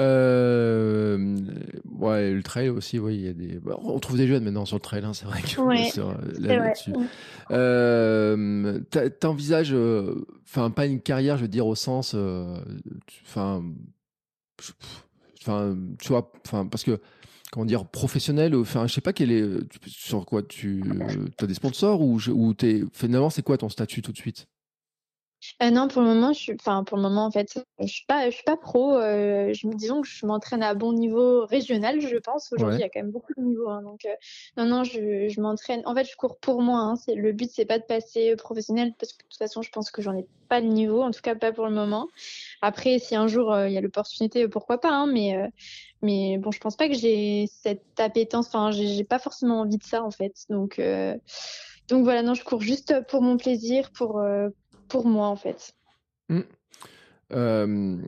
Ouais, le trail aussi, oui, il y a des. Bah, on trouve des jeunes maintenant sur le trail, hein, c'est vrai que Ouais, c'est vrai. là-dessus. T'envisages, enfin, pas une carrière, je veux dire, au sens, enfin, enfin, tu vois, enfin, parce que, comment dire, professionnel, enfin, je sais pas quel est, sur quoi tu as des sponsors ou finalement, c'est quoi ton statut tout de suite? Non, pour le moment, pour le moment, en fait, je suis pas pro. Disons que je m'entraîne à bon niveau régional, je pense. Aujourd'hui, il Ouais. y a quand même beaucoup de niveaux, hein, donc non, non, je m'entraîne. En fait, je cours pour moi, hein. Le but, c'est pas de passer professionnel parce que de toute façon, je pense que j'en ai pas le niveau, en tout cas pas pour le moment. Après, si un jour il y a l'opportunité, pourquoi pas, hein, mais bon, je pense pas que j'ai cette appétence. Enfin, j'ai pas forcément envie de ça, en fait. Donc voilà, non, je cours juste pour mon plaisir, pour moi, en fait. Hmm. Euh,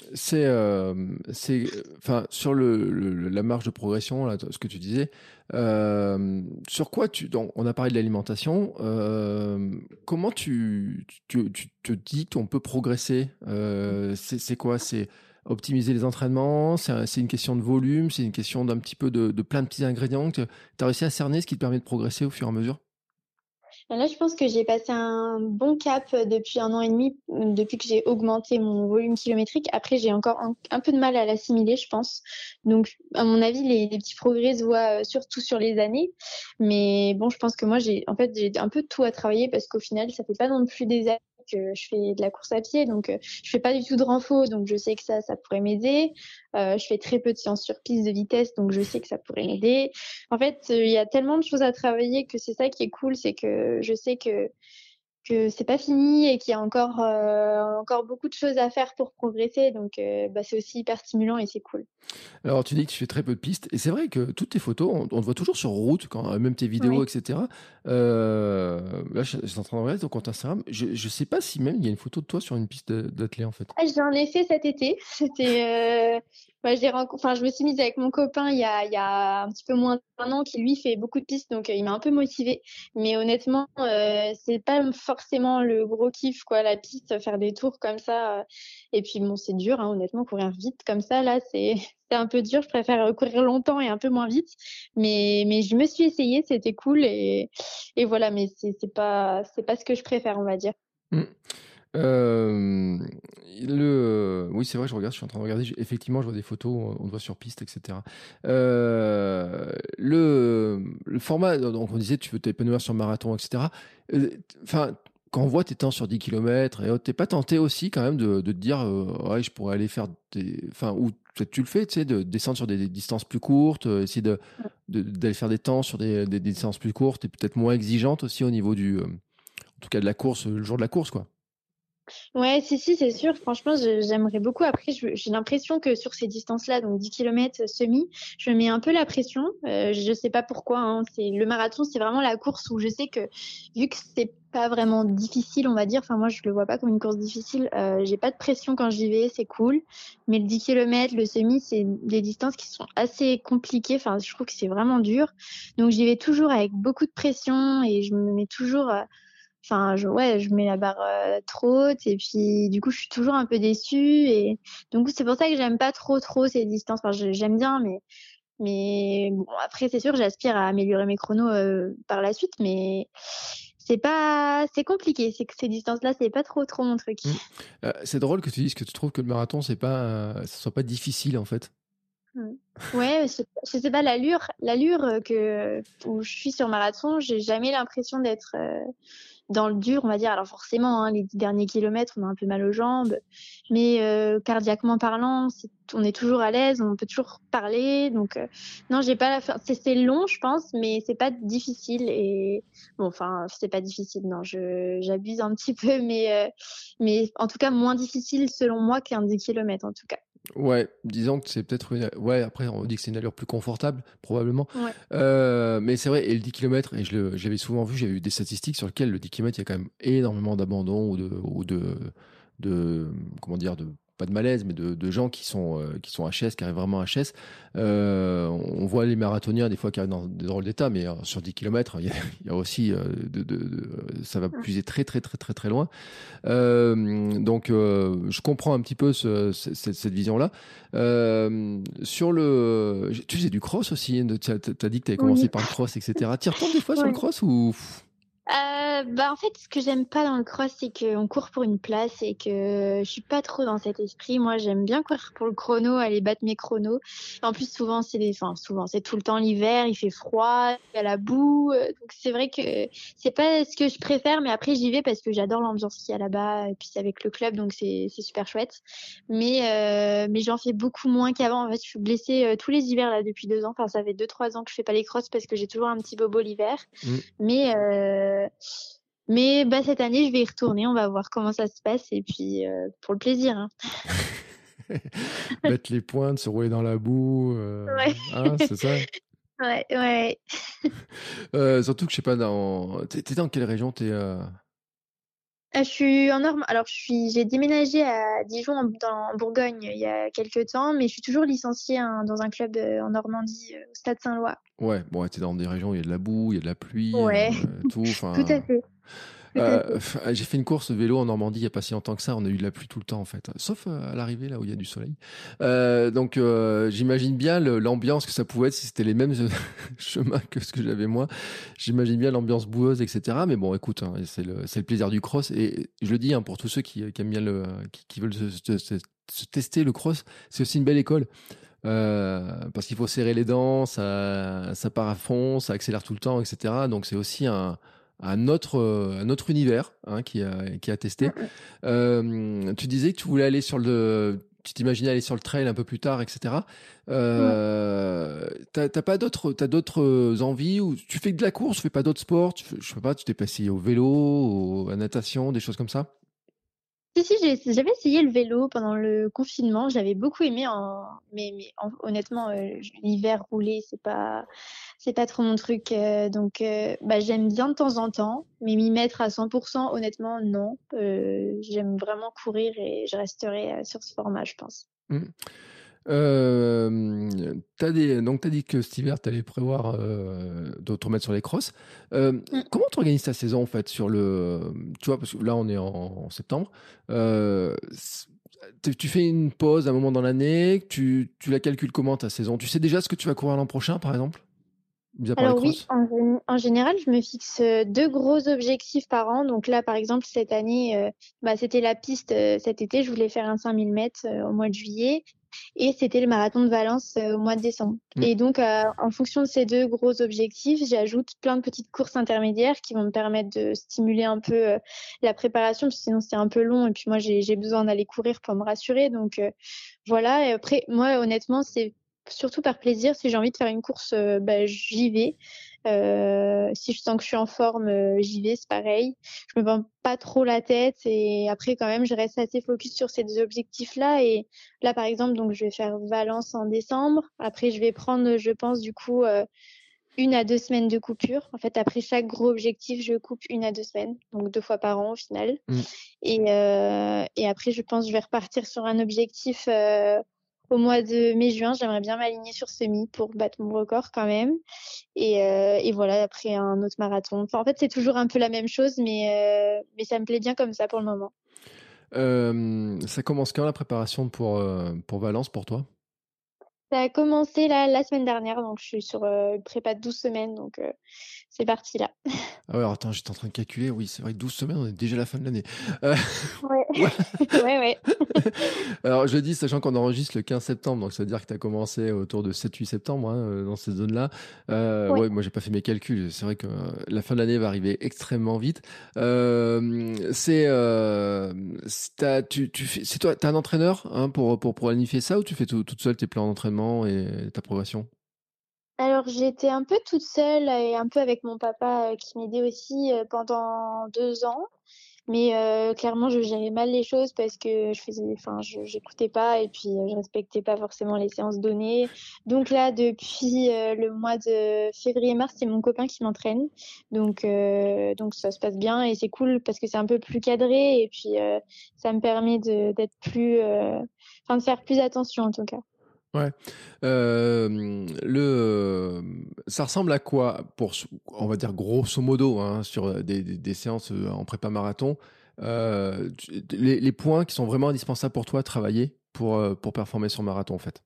enfin, sur la marge de progression, là, ce que tu disais, sur quoi donc, on a parlé de l'alimentation, comment tu te dis qu'on peut progresser? C'est quoi? C'est optimiser les entraînements? C'est une question de volume? C'est une question d'un petit peu de plein de petits ingrédients? Tu as réussi à cerner ce qui te permet de progresser au fur et à mesure? Là, je pense que j'ai passé un bon cap depuis 1 an et demi, depuis que j'ai augmenté mon volume kilométrique. Après, j'ai encore un peu de mal à l'assimiler, je pense. Donc, à mon avis, les petits progrès se voient surtout sur les années. Mais bon, je pense que moi, j'ai un peu de tout à travailler parce qu'au final, ça fait pas non plus des années que je fais de la course à pied. Donc, je fais pas du tout de renfo. Donc, je sais que ça pourrait m'aider. Je fais très peu de séances sur piste de vitesse. Donc, je sais que ça pourrait m'aider. En fait, il y a tellement de choses à travailler que c'est ça qui est cool, c'est que je sais que c'est pas fini et qu'il y a encore beaucoup de choses à faire pour progresser. Donc, c'est aussi hyper stimulant et c'est cool. Alors, tu dis que tu fais très peu de pistes, et c'est vrai que toutes tes photos, on te voit toujours sur route, même tes vidéos, Ouais. etc. Là, je suis en train de regarder ton compte Instagram. Je sais pas si même il y a une photo de toi sur une piste d'athlée, en fait. Ah, j'en ai fait cet été. Enfin, je me suis mise avec mon copain il y a un petit peu moins d'un an qui lui fait beaucoup de pistes, donc il m'a un peu motivée. Mais honnêtement, c'est pas forcément le gros kiff, quoi, la piste, faire des tours comme ça. Et puis bon, c'est dur, hein, honnêtement, courir vite comme ça, là, c'est c'est un peu dur. Je préfère courir longtemps et un peu moins vite. Mais je me suis essayée, c'était cool et voilà. Mais c'est pas ce que je préfère, on va dire. Mm. Euh, oui, c'est vrai, je suis en train de regarder. Effectivement, je vois des photos, on te voit sur piste, etc. Le format, donc on disait, tu veux t'épanouir sur marathon, etc. Enfin, quand on voit tes temps sur 10 kilomètres et autres, t'es pas tenté aussi quand même de te dire, ouais, je pourrais aller faire enfin, ou peut-être tu le fais, tu sais, de descendre sur des distances plus courtes, essayer d'aller faire des temps sur des distances plus courtes et peut-être moins exigeantes aussi au niveau en tout cas de la course, le jour de la course, quoi. Ouais, si, si, c'est sûr. Franchement, j'aimerais beaucoup. Après, j'ai l'impression que sur ces distances-là, donc 10 km semi, je me mets un peu la pression. Je sais pas pourquoi, hein. Le marathon, c'est vraiment la course où je sais que, vu que c'est pas vraiment difficile, on va dire, enfin, moi, je le vois pas comme une course difficile, j'ai pas de pression quand j'y vais, c'est cool. Mais le 10 km, le semi, c'est des distances qui sont assez compliquées. Enfin, je trouve que c'est vraiment dur. Donc, j'y vais toujours avec beaucoup de pression et je me mets toujours, enfin, ouais, je mets la barre trop haute et puis du coup, je suis toujours un peu déçue et donc c'est pour ça que j'aime pas trop ces distances. Enfin, j'aime bien, mais bon, après, c'est sûr, j'aspire à améliorer mes chronos par la suite, mais c'est compliqué. C'est que ces distances-là, c'est pas trop mon truc. Mm. C'est drôle que tu dises que tu trouves que le marathon, ça soit pas difficile en fait. Mm. Ouais, je sais pas, l'allure où je suis sur marathon, j'ai jamais l'impression d'être dans le dur, on va dire. Alors forcément, hein, les 10 derniers kilomètres, on a un peu mal aux jambes, mais cardiaquement parlant, on est toujours à l'aise, on peut toujours parler. Donc non, j'ai pas c'est long, je pense, mais c'est pas difficile. Et bon, enfin, c'est pas difficile, non, j'abuse un petit peu, mais en tout cas moins difficile selon moi qu'un 10 kilomètres en tout cas. Ouais, disons que c'est peut-être ouais, après on dit que c'est une allure plus confortable, probablement. Ouais. Mais c'est vrai, et le 10 km, et j'avais souvent vu, j'avais vu des statistiques sur lesquelles le 10 km, il y a quand même énormément d'abandon ou comment dire, pas de malaise, mais de gens qui sont HS, qui arrivent vraiment HS. On voit les marathoniens des fois qui arrivent dans des drôles d'état, mais sur 10 kilomètres, il y a aussi ça va Mmh. puiser très très très très très loin. Donc je comprends un petit peu cette vision-là. Sur tu faisais du cross aussi. T'as dit que t'avais commencé Oui, par le cross, etc. Tu y retournes des fois sur le ouais. cross ou? Bah, en fait, ce que j'aime pas dans le cross, c'est qu'on court pour une place et que je suis pas trop dans cet esprit. Moi, j'aime bien courir pour le chrono, aller battre mes chronos. En plus, souvent, c'est tout le temps l'hiver, il fait froid, il y a la boue. Donc c'est vrai que c'est pas ce que je préfère, mais après j'y vais parce que j'adore l'ambiance qu'il y a là-bas et puis c'est avec le club, donc c'est super chouette. Mais j'en fais beaucoup moins qu'avant. En fait, je suis blessée tous les hivers là depuis 2 ans. Enfin, ça fait 2-3 ans que je fais pas les crosses parce que j'ai toujours un petit bobo l'hiver. Hmm. Mais, euh, mais bah, cette année, je vais y retourner. On va voir comment ça se passe. Et puis, pour le plaisir, hein. Mettre les pointes, se rouler dans la boue, Ouais. hein, c'est ça. Ouais, ouais. Surtout que je sais pas, t'es dans quelle région Je suis en Normandie. Alors, j'ai déménagé à Dijon, en Bourgogne, il y a quelques temps, mais je suis toujours licenciée dans un club en Normandie, au Stade Saint-Lois. Ouais, bon, ouais, t'es dans des régions où il y a de la boue, il y a de la pluie, Ouais, tout. tout à Enfin, fait. Tout à fait. j'ai fait une course vélo en Normandie il y a pas si longtemps que ça. On a eu de la pluie tout le temps en fait, sauf à l'arrivée là où il y a du soleil. Donc j'imagine bien l'ambiance que ça pouvait être si c'était les mêmes chemins que ce que j'avais moi. J'imagine bien l'ambiance boueuse, etc. Mais bon, écoute, hein, c'est le plaisir du cross et je le dis hein, pour tous ceux qui aiment bien qui veulent se tester le cross, c'est aussi une belle école. Parce qu'il faut serrer les dents, ça part à fond, ça accélère tout le temps, etc. Donc c'est aussi un autre univers hein, qui a Mm, testé. mm. Tu disais que tu voulais aller tu t'imaginais aller sur le trail un peu plus tard, etc. Ouais. T'as d'autres envies ou tu fais que de la course, tu fais pas d'autres sports, je sais pas, tu t'es passé au vélo, à la natation, des choses comme ça? Si, si, j'avais essayé le vélo pendant le confinement. J'avais beaucoup aimé, honnêtement, l'hiver rouler, c'est pas trop mon truc. Donc, bah, j'aime bien de temps en temps, mais m'y mettre à 100%, honnêtement, non. J'aime vraiment courir et je resterai sur ce format, je pense. Hmm. Donc t'as dit que cet hiver, tu allais prévoir de te remettre sur les crosses. Mm. Comment tu organises ta saison en fait tu vois, parce que là on est en septembre. Tu fais une pause à un moment dans l'année, tu la calcules comment ta saison? Tu sais déjà ce que tu vas courir l'an prochain, par exemple, mis à part les Alors oui, crosses? en général, je me fixe 2 gros objectifs par an. Donc là, par exemple, cette année, bah, c'était la piste cet été. Je voulais faire un 5000 mètres au mois de juillet et c'était le marathon de Valence au mois de décembre. Hmm. Et donc, en fonction de ces 2 gros objectifs, j'ajoute plein de petites courses intermédiaires qui vont me permettre de stimuler un peu la préparation, parce que sinon c'est un peu long. Et puis moi, j'ai besoin d'aller courir pour me rassurer. Donc voilà. Et après, moi, honnêtement, c'est surtout par plaisir. Si j'ai envie de faire une course, bah, j'y vais. Si je sens que je suis en forme, j'y vais, c'est pareil. Je me prends pas trop la tête et après quand même je reste assez focus sur ces 2 objectifs-là. Et là par exemple, donc je vais faire Valence en décembre. Après je vais prendre, je pense du coup 1 à 2 semaines de coupure. En fait après chaque gros objectif, je coupe 1 à 2 semaines, donc 2 fois par an au final. Hmm. Et après je pense que je vais repartir sur un objectif. Au mois de mai-juin, j'aimerais bien m'aligner sur semi pour battre mon record quand même. Et voilà, après un autre marathon. Enfin, en fait, c'est toujours un peu la même chose, mais ça me plaît bien comme ça pour le moment. Ça commence quand la préparation pour Valence pour toi? Ça a commencé la semaine dernière, donc je suis sur une prépa de 12 semaines, donc c'est parti là. Ah ouais, alors attends, j'étais en train de calculer. Oui, c'est vrai que 12 semaines, on est déjà à la fin de l'année. Euh, Ouais, ouais. ouais, ouais. Alors, je le dis, sachant qu'on enregistre le 15 septembre, donc ça veut dire que tu as commencé autour de 7-8 septembre, hein, dans ces zones-là. Ouais. Ouais, moi, j'ai pas fait mes calculs. C'est vrai que la fin de l'année va arriver extrêmement vite. C'est toi, t'as un entraîneur hein, pour planifier ça ou tu fais toute seule tes plans d'entraînement et ta progression? Alors, j'étais un peu toute seule et un peu avec mon papa qui m'aidait aussi pendant 2 ans. Mais clairement, je gérais mal les choses parce que j'écoutais pas et puis je respectais pas forcément les séances données. Donc là, depuis le mois de février-mars, c'est mon copain qui m'entraîne. Donc ça se passe bien et c'est cool parce que c'est un peu plus cadré et puis ça me permet d'être de faire plus attention en tout cas. Ouais. Ça ressemble à quoi on va dire grosso modo, hein, sur des séances en prépa marathon, les points qui sont vraiment indispensables pour toi à travailler pour performer sur marathon en fait.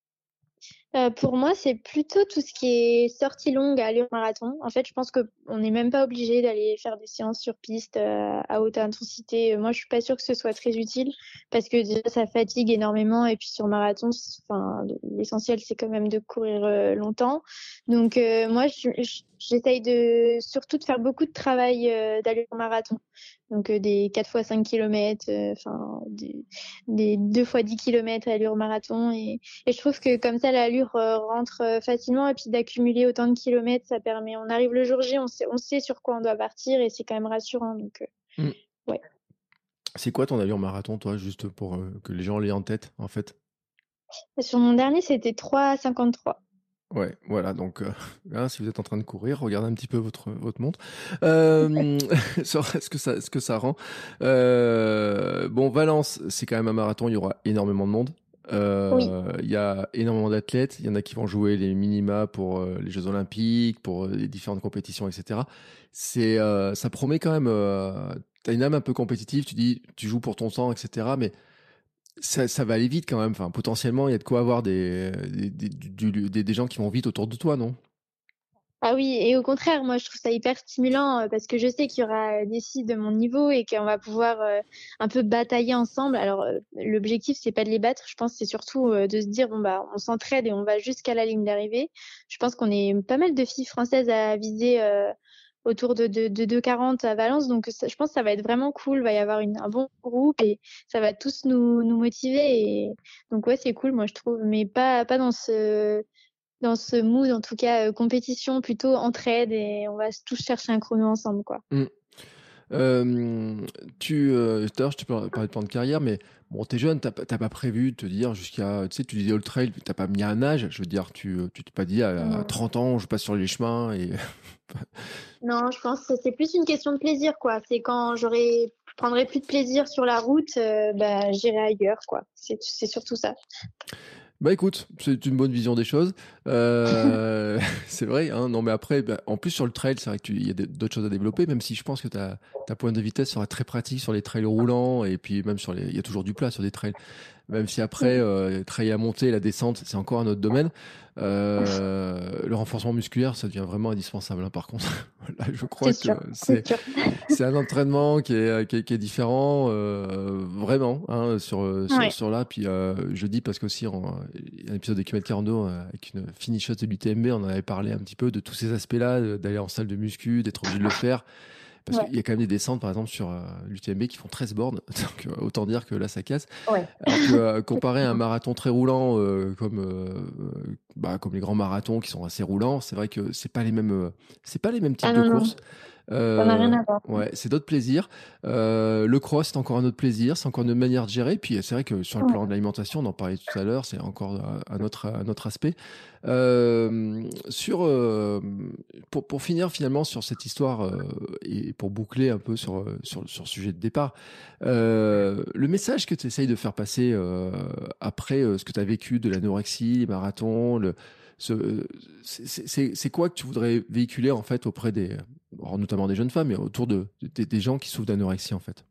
Pour moi, c'est plutôt tout ce qui est sortie longue à allure marathon. En fait, je pense qu'on n'est même pas obligé d'aller faire des séances sur piste à haute intensité. Moi, je suis pas sûre que ce soit très utile parce que déjà, ça fatigue énormément et puis sur marathon, l'essentiel, c'est quand même de courir longtemps. Donc, moi, j'essaye surtout de faire beaucoup de travail d'allure marathon. Donc, des 4 fois 5 km, des 2 fois 10 km à allure marathon et je trouve que comme ça, l'allure rentre facilement et puis d'accumuler autant de kilomètres, ça permet. On arrive le jour J, on sait sur quoi on doit partir et c'est quand même rassurant. Donc, Mm. ouais. C'est quoi ton allure marathon, toi, juste pour que les gens l'aient en tête, en fait? Sur mon dernier, c'était 3,53. Ouais, voilà, donc hein, si vous êtes en train de courir, regardez un petit peu votre montre. Euh, sur ce que ça rend. Bon, Valence, c'est quand même un marathon, il y aura énormément de monde. Oui. Il y a énormément d'athlètes, il y en a qui vont jouer les minima pour les Jeux Olympiques, pour les différentes compétitions, etc. Ça promet quand même. T'as une âme un peu compétitive, tu dis, tu joues pour ton sang, etc. Mais ça va aller vite quand même. Enfin, potentiellement, il y a de quoi avoir des gens qui vont vite autour de toi, non? Ah oui, et au contraire, moi je trouve ça hyper stimulant parce que je sais qu'il y aura des filles de mon niveau et qu'on va pouvoir un peu batailler ensemble. Alors l'objectif c'est pas de les battre, je pense que c'est surtout de se dire bon bah on s'entraide et on va jusqu'à la ligne d'arrivée. Je pense qu'on est pas mal de filles françaises à viser autour de 2,40 à Valence, donc je pense que ça va être vraiment cool. Il va y avoir un bon groupe et ça va tous nous motiver et donc ouais c'est cool moi je trouve, mais pas dans ce mood, en tout cas, compétition, plutôt entraide et on va tous chercher un chrono ensemble, quoi. Mm. Tout à l'heure, je te parlais de plan de carrière, mais bon, t'es jeune, t'as pas prévu de te dire jusqu'à, tu sais, tu disais all trail, t'as pas mis un âge, je veux dire, tu t'es pas dit à Non. 30 ans, je passe sur les chemins et. Non, je pense que c'est plus une question de plaisir, quoi. C'est quand je prendrai plus de plaisir sur la route, bah, j'irai ailleurs, quoi. C'est surtout ça. Bah écoute, c'est une bonne vision des choses. C'est vrai, hein, non mais après, bah, en plus sur le trail, c'est vrai qu'il y a d'autres choses à développer, même si je pense que ta pointe de vitesse sera très pratique sur les trails roulants, et puis même il y a toujours du plat sur des trails. Même si après, Mm. trail à monter, la descente, c'est encore un autre domaine. Le renforcement musculaire, ça devient vraiment indispensable, hein, par contre. Là, je crois C'est que sûr, c'est sûr. c'est un entraînement qui est différent, vraiment, hein, Ouais. sur là. Puis je dis parce qu'aussi, il y a un épisode de Kilomètre 42 avec une finisheuse de l'UTMB, on en avait parlé un petit peu de tous ces aspects-là, d'aller en salle de muscu, d'être obligé de le faire. Parce Ouais. qu'il y a quand même des descentes, par exemple, sur l'UTMB qui font 13 bornes. Donc, autant dire que là, ça casse. Ouais. Alors que comparé à un marathon très roulant comme les grands marathons qui sont assez roulants, c'est vrai que c'est pas les mêmes types Ah de non, non, courses. ça n'a rien Euh, à voir. ouais, c'est d'autres plaisirs. Le cross, c'est encore un autre plaisir, c'est encore une autre manière de gérer. Puis c'est vrai que sur le plan Ouais. de l'alimentation, on en parlait tout à l'heure, c'est encore un autre aspect. Sur pour finir finalement sur cette histoire et pour boucler un peu sur le sujet de départ, le message que tu essayes de faire passer après ce que tu as vécu de l'anorexie, les marathons, ce, c'est quoi que tu voudrais véhiculer en fait auprès alors, notamment des jeunes femmes, mais autour des gens qui souffrent d'anorexie en fait?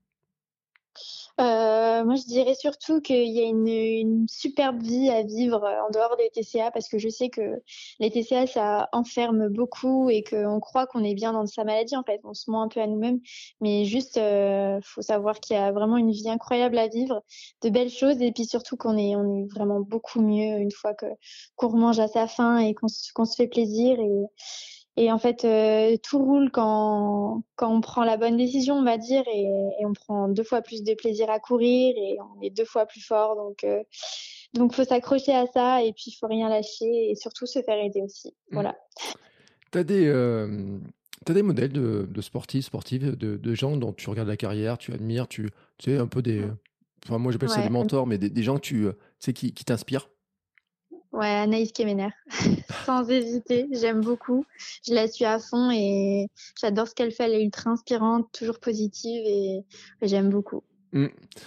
Moi, je dirais surtout qu'il y a une superbe vie à vivre en dehors des TCA parce que je sais que les TCA, ça enferme beaucoup et qu'on croit qu'on est bien dans sa maladie. En fait, on se ment un peu à nous-mêmes, mais juste, faut savoir qu'il y a vraiment une vie incroyable à vivre, de belles choses et puis surtout on est vraiment beaucoup mieux une fois qu'on remange à sa faim et qu'on se fait plaisir et en fait, tout roule quand on prend la bonne décision, on va dire, et on prend 2 fois plus de plaisir à courir et on est 2 fois plus fort. Donc faut s'accrocher à ça et puis il faut rien lâcher et surtout se faire aider aussi. Mm. Voilà. T'as T'as des modèles de sportifs, sportives, de gens dont tu regardes la carrière, tu admires, tu sais, un peu des. Enfin, moi, j'appelle ça des Ouais, mentors, mais des gens que tu sais, qui t'inspirent. ouais, Anaïs Kemener, sans hésiter, j'aime beaucoup. Je la suis à fond et j'adore ce qu'elle fait. Elle est ultra inspirante, toujours positive et j'aime beaucoup. Mm.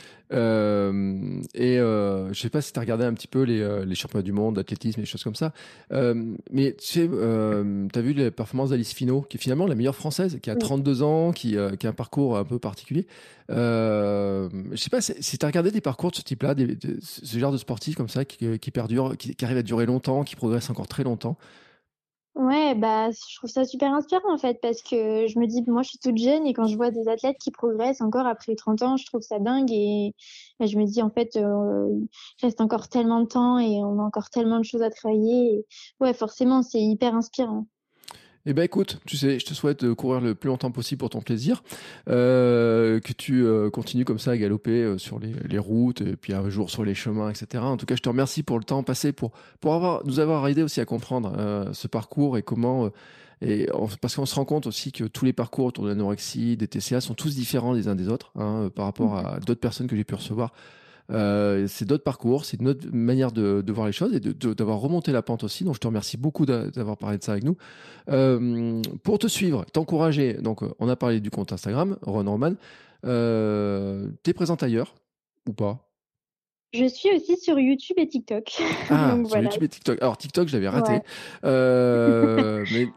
Je sais pas si tu as regardé un petit peu les championnats du monde d'athlétisme et des choses comme ça. Mais tu sais, tu as vu les performances d'Alice Finot, qui est finalement la meilleure française, qui a Oui. 32 ans, qui a un parcours un peu particulier. Je sais pas si tu as regardé des parcours de ce type-là, ce genre de sportifs comme ça, qui perdurent, qui arrivent à durer longtemps, qui progressent encore très longtemps. Ouais, bah, je trouve ça super inspirant en fait parce que je me dis, moi je suis toute jeune et quand je vois des athlètes qui progressent encore après 30 ans, je trouve ça dingue et je me dis en fait, il reste encore tellement de temps et on a encore tellement de choses à travailler. Ouais, forcément, c'est hyper inspirant. Eh ben écoute, tu sais, je te souhaite de courir le plus longtemps possible pour ton plaisir, que tu continues comme ça à galoper sur les routes et puis un jour sur les chemins, etc. En tout cas, je te remercie pour le temps passé, pour nous avoir aidé aussi à comprendre ce parcours et comment... parce qu'on se rend compte aussi que tous les parcours autour de l'anorexie, des TCA sont tous différents les uns des autres par rapport à d'autres personnes que j'ai pu recevoir. C'est d'autres parcours, c'est une autre manière de voir les choses et d'avoir remonté la pente aussi. Donc, je te remercie beaucoup d'avoir parlé de ça avec nous. Pour te suivre, t'encourager, donc on a parlé du compte Instagram, Ron Roman. T'es présente ailleurs ou pas? Je suis aussi sur YouTube et TikTok. Ah, Donc sur voilà. YouTube et TikTok. Alors, TikTok, je l'avais raté. Ouais. Mais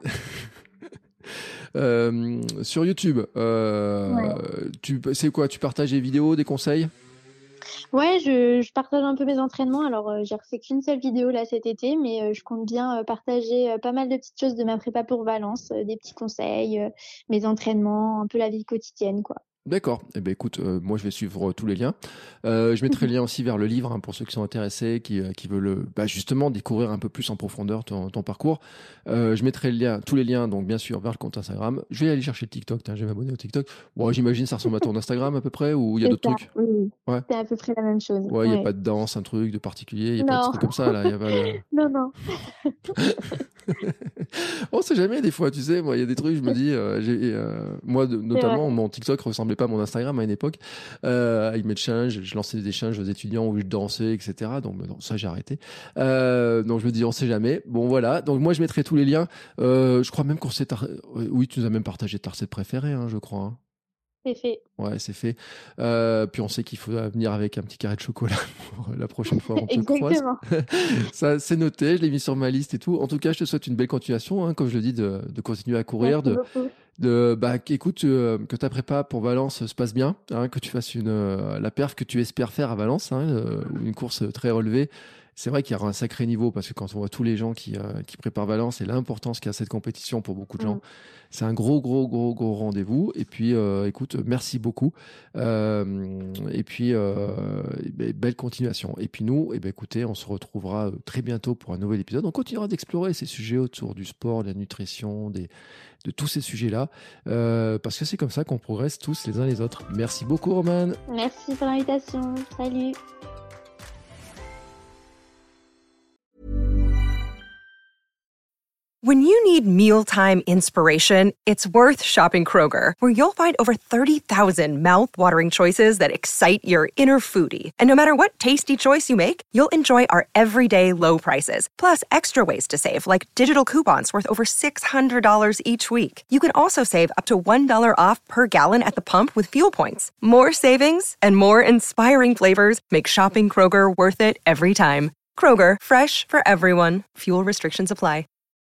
sur YouTube, Ouais. c'est quoi? Tu partages des vidéos, des conseils? Ouais, je partage un peu mes entraînements. Alors, j'ai refait qu'une seule vidéo là cet été, mais je compte bien partager pas mal de petites choses de ma prépa pour Valence, des petits conseils, mes entraînements, un peu la vie quotidienne, quoi. D'accord. Eh ben écoute, moi je vais suivre tous les liens. Je mettrai le lien aussi vers le livre pour ceux qui sont intéressés, qui veulent justement découvrir un peu plus en profondeur ton parcours. Je mettrai tous les liens, donc bien sûr vers le compte Instagram. Je vais aller chercher le TikTok. Tiens, je vais m'abonner au TikTok. Bon, j'imagine ça ressemble à ton Instagram à peu près, ou il y a C'est d'autres ça, trucs. oui, oui. Ouais. C'est à peu près la même chose. Ouais, il y a Ouais. pas de danse, un truc de particulier. Il y a pas de Non, trucs comme ça là. Il y a pas de. non, non. On sait jamais des fois, tu sais. Moi, il y a des trucs, je me dis, moi C'est vrai. notamment, mon TikTok ressemblait pas à mon Instagram à une époque. Avec mes challenges, je lançais des challenges aux étudiants où je dansais, etc. Donc non, ça j'ai arrêté. Donc je me dis, on sait jamais. Bon voilà. Donc moi je mettrai tous les liens. Je crois même qu'on s'est, oui, tu nous as même partagé ta recette préférée, je crois. C'est fait. Ouais, c'est fait. Puis on sait qu'il faut venir avec un petit carré de chocolat pour la prochaine fois où on te croise. Exactement. Ça, c'est noté, je l'ai mis sur ma liste et tout. En tout cas, je te souhaite une belle continuation, comme je le dis, de continuer à courir, Merci beaucoup. qu'écoute, que ta prépa pour Valence se passe bien, que tu fasses la perf que tu espères faire à Valence, une course très relevée. C'est vrai qu'il y aura un sacré niveau parce que quand on voit tous les gens qui préparent Valence et l'importance qu'a cette compétition pour beaucoup de gens, Mm. c'est un gros, gros, gros, gros rendez-vous. Et puis, écoute, merci beaucoup. Et puis, belle continuation. Et puis nous, écoutez, on se retrouvera très bientôt pour un nouvel épisode. On continuera d'explorer ces sujets autour du sport, de la nutrition, de tous ces sujets-là, parce que c'est comme ça qu'on progresse tous les uns les autres. Merci beaucoup, Roman. Merci pour l'invitation. Salut. When you need mealtime inspiration, it's worth shopping Kroger, where you'll find over 30,000 mouthwatering choices that excite your inner foodie. And no matter what tasty choice you make, you'll enjoy our everyday low prices, plus extra ways to save, like digital coupons worth over $600 each week. You can also save up to $1 off per gallon at the pump with fuel points. More savings and more inspiring flavors make shopping Kroger worth it every time. Kroger, fresh for everyone. Fuel restrictions apply.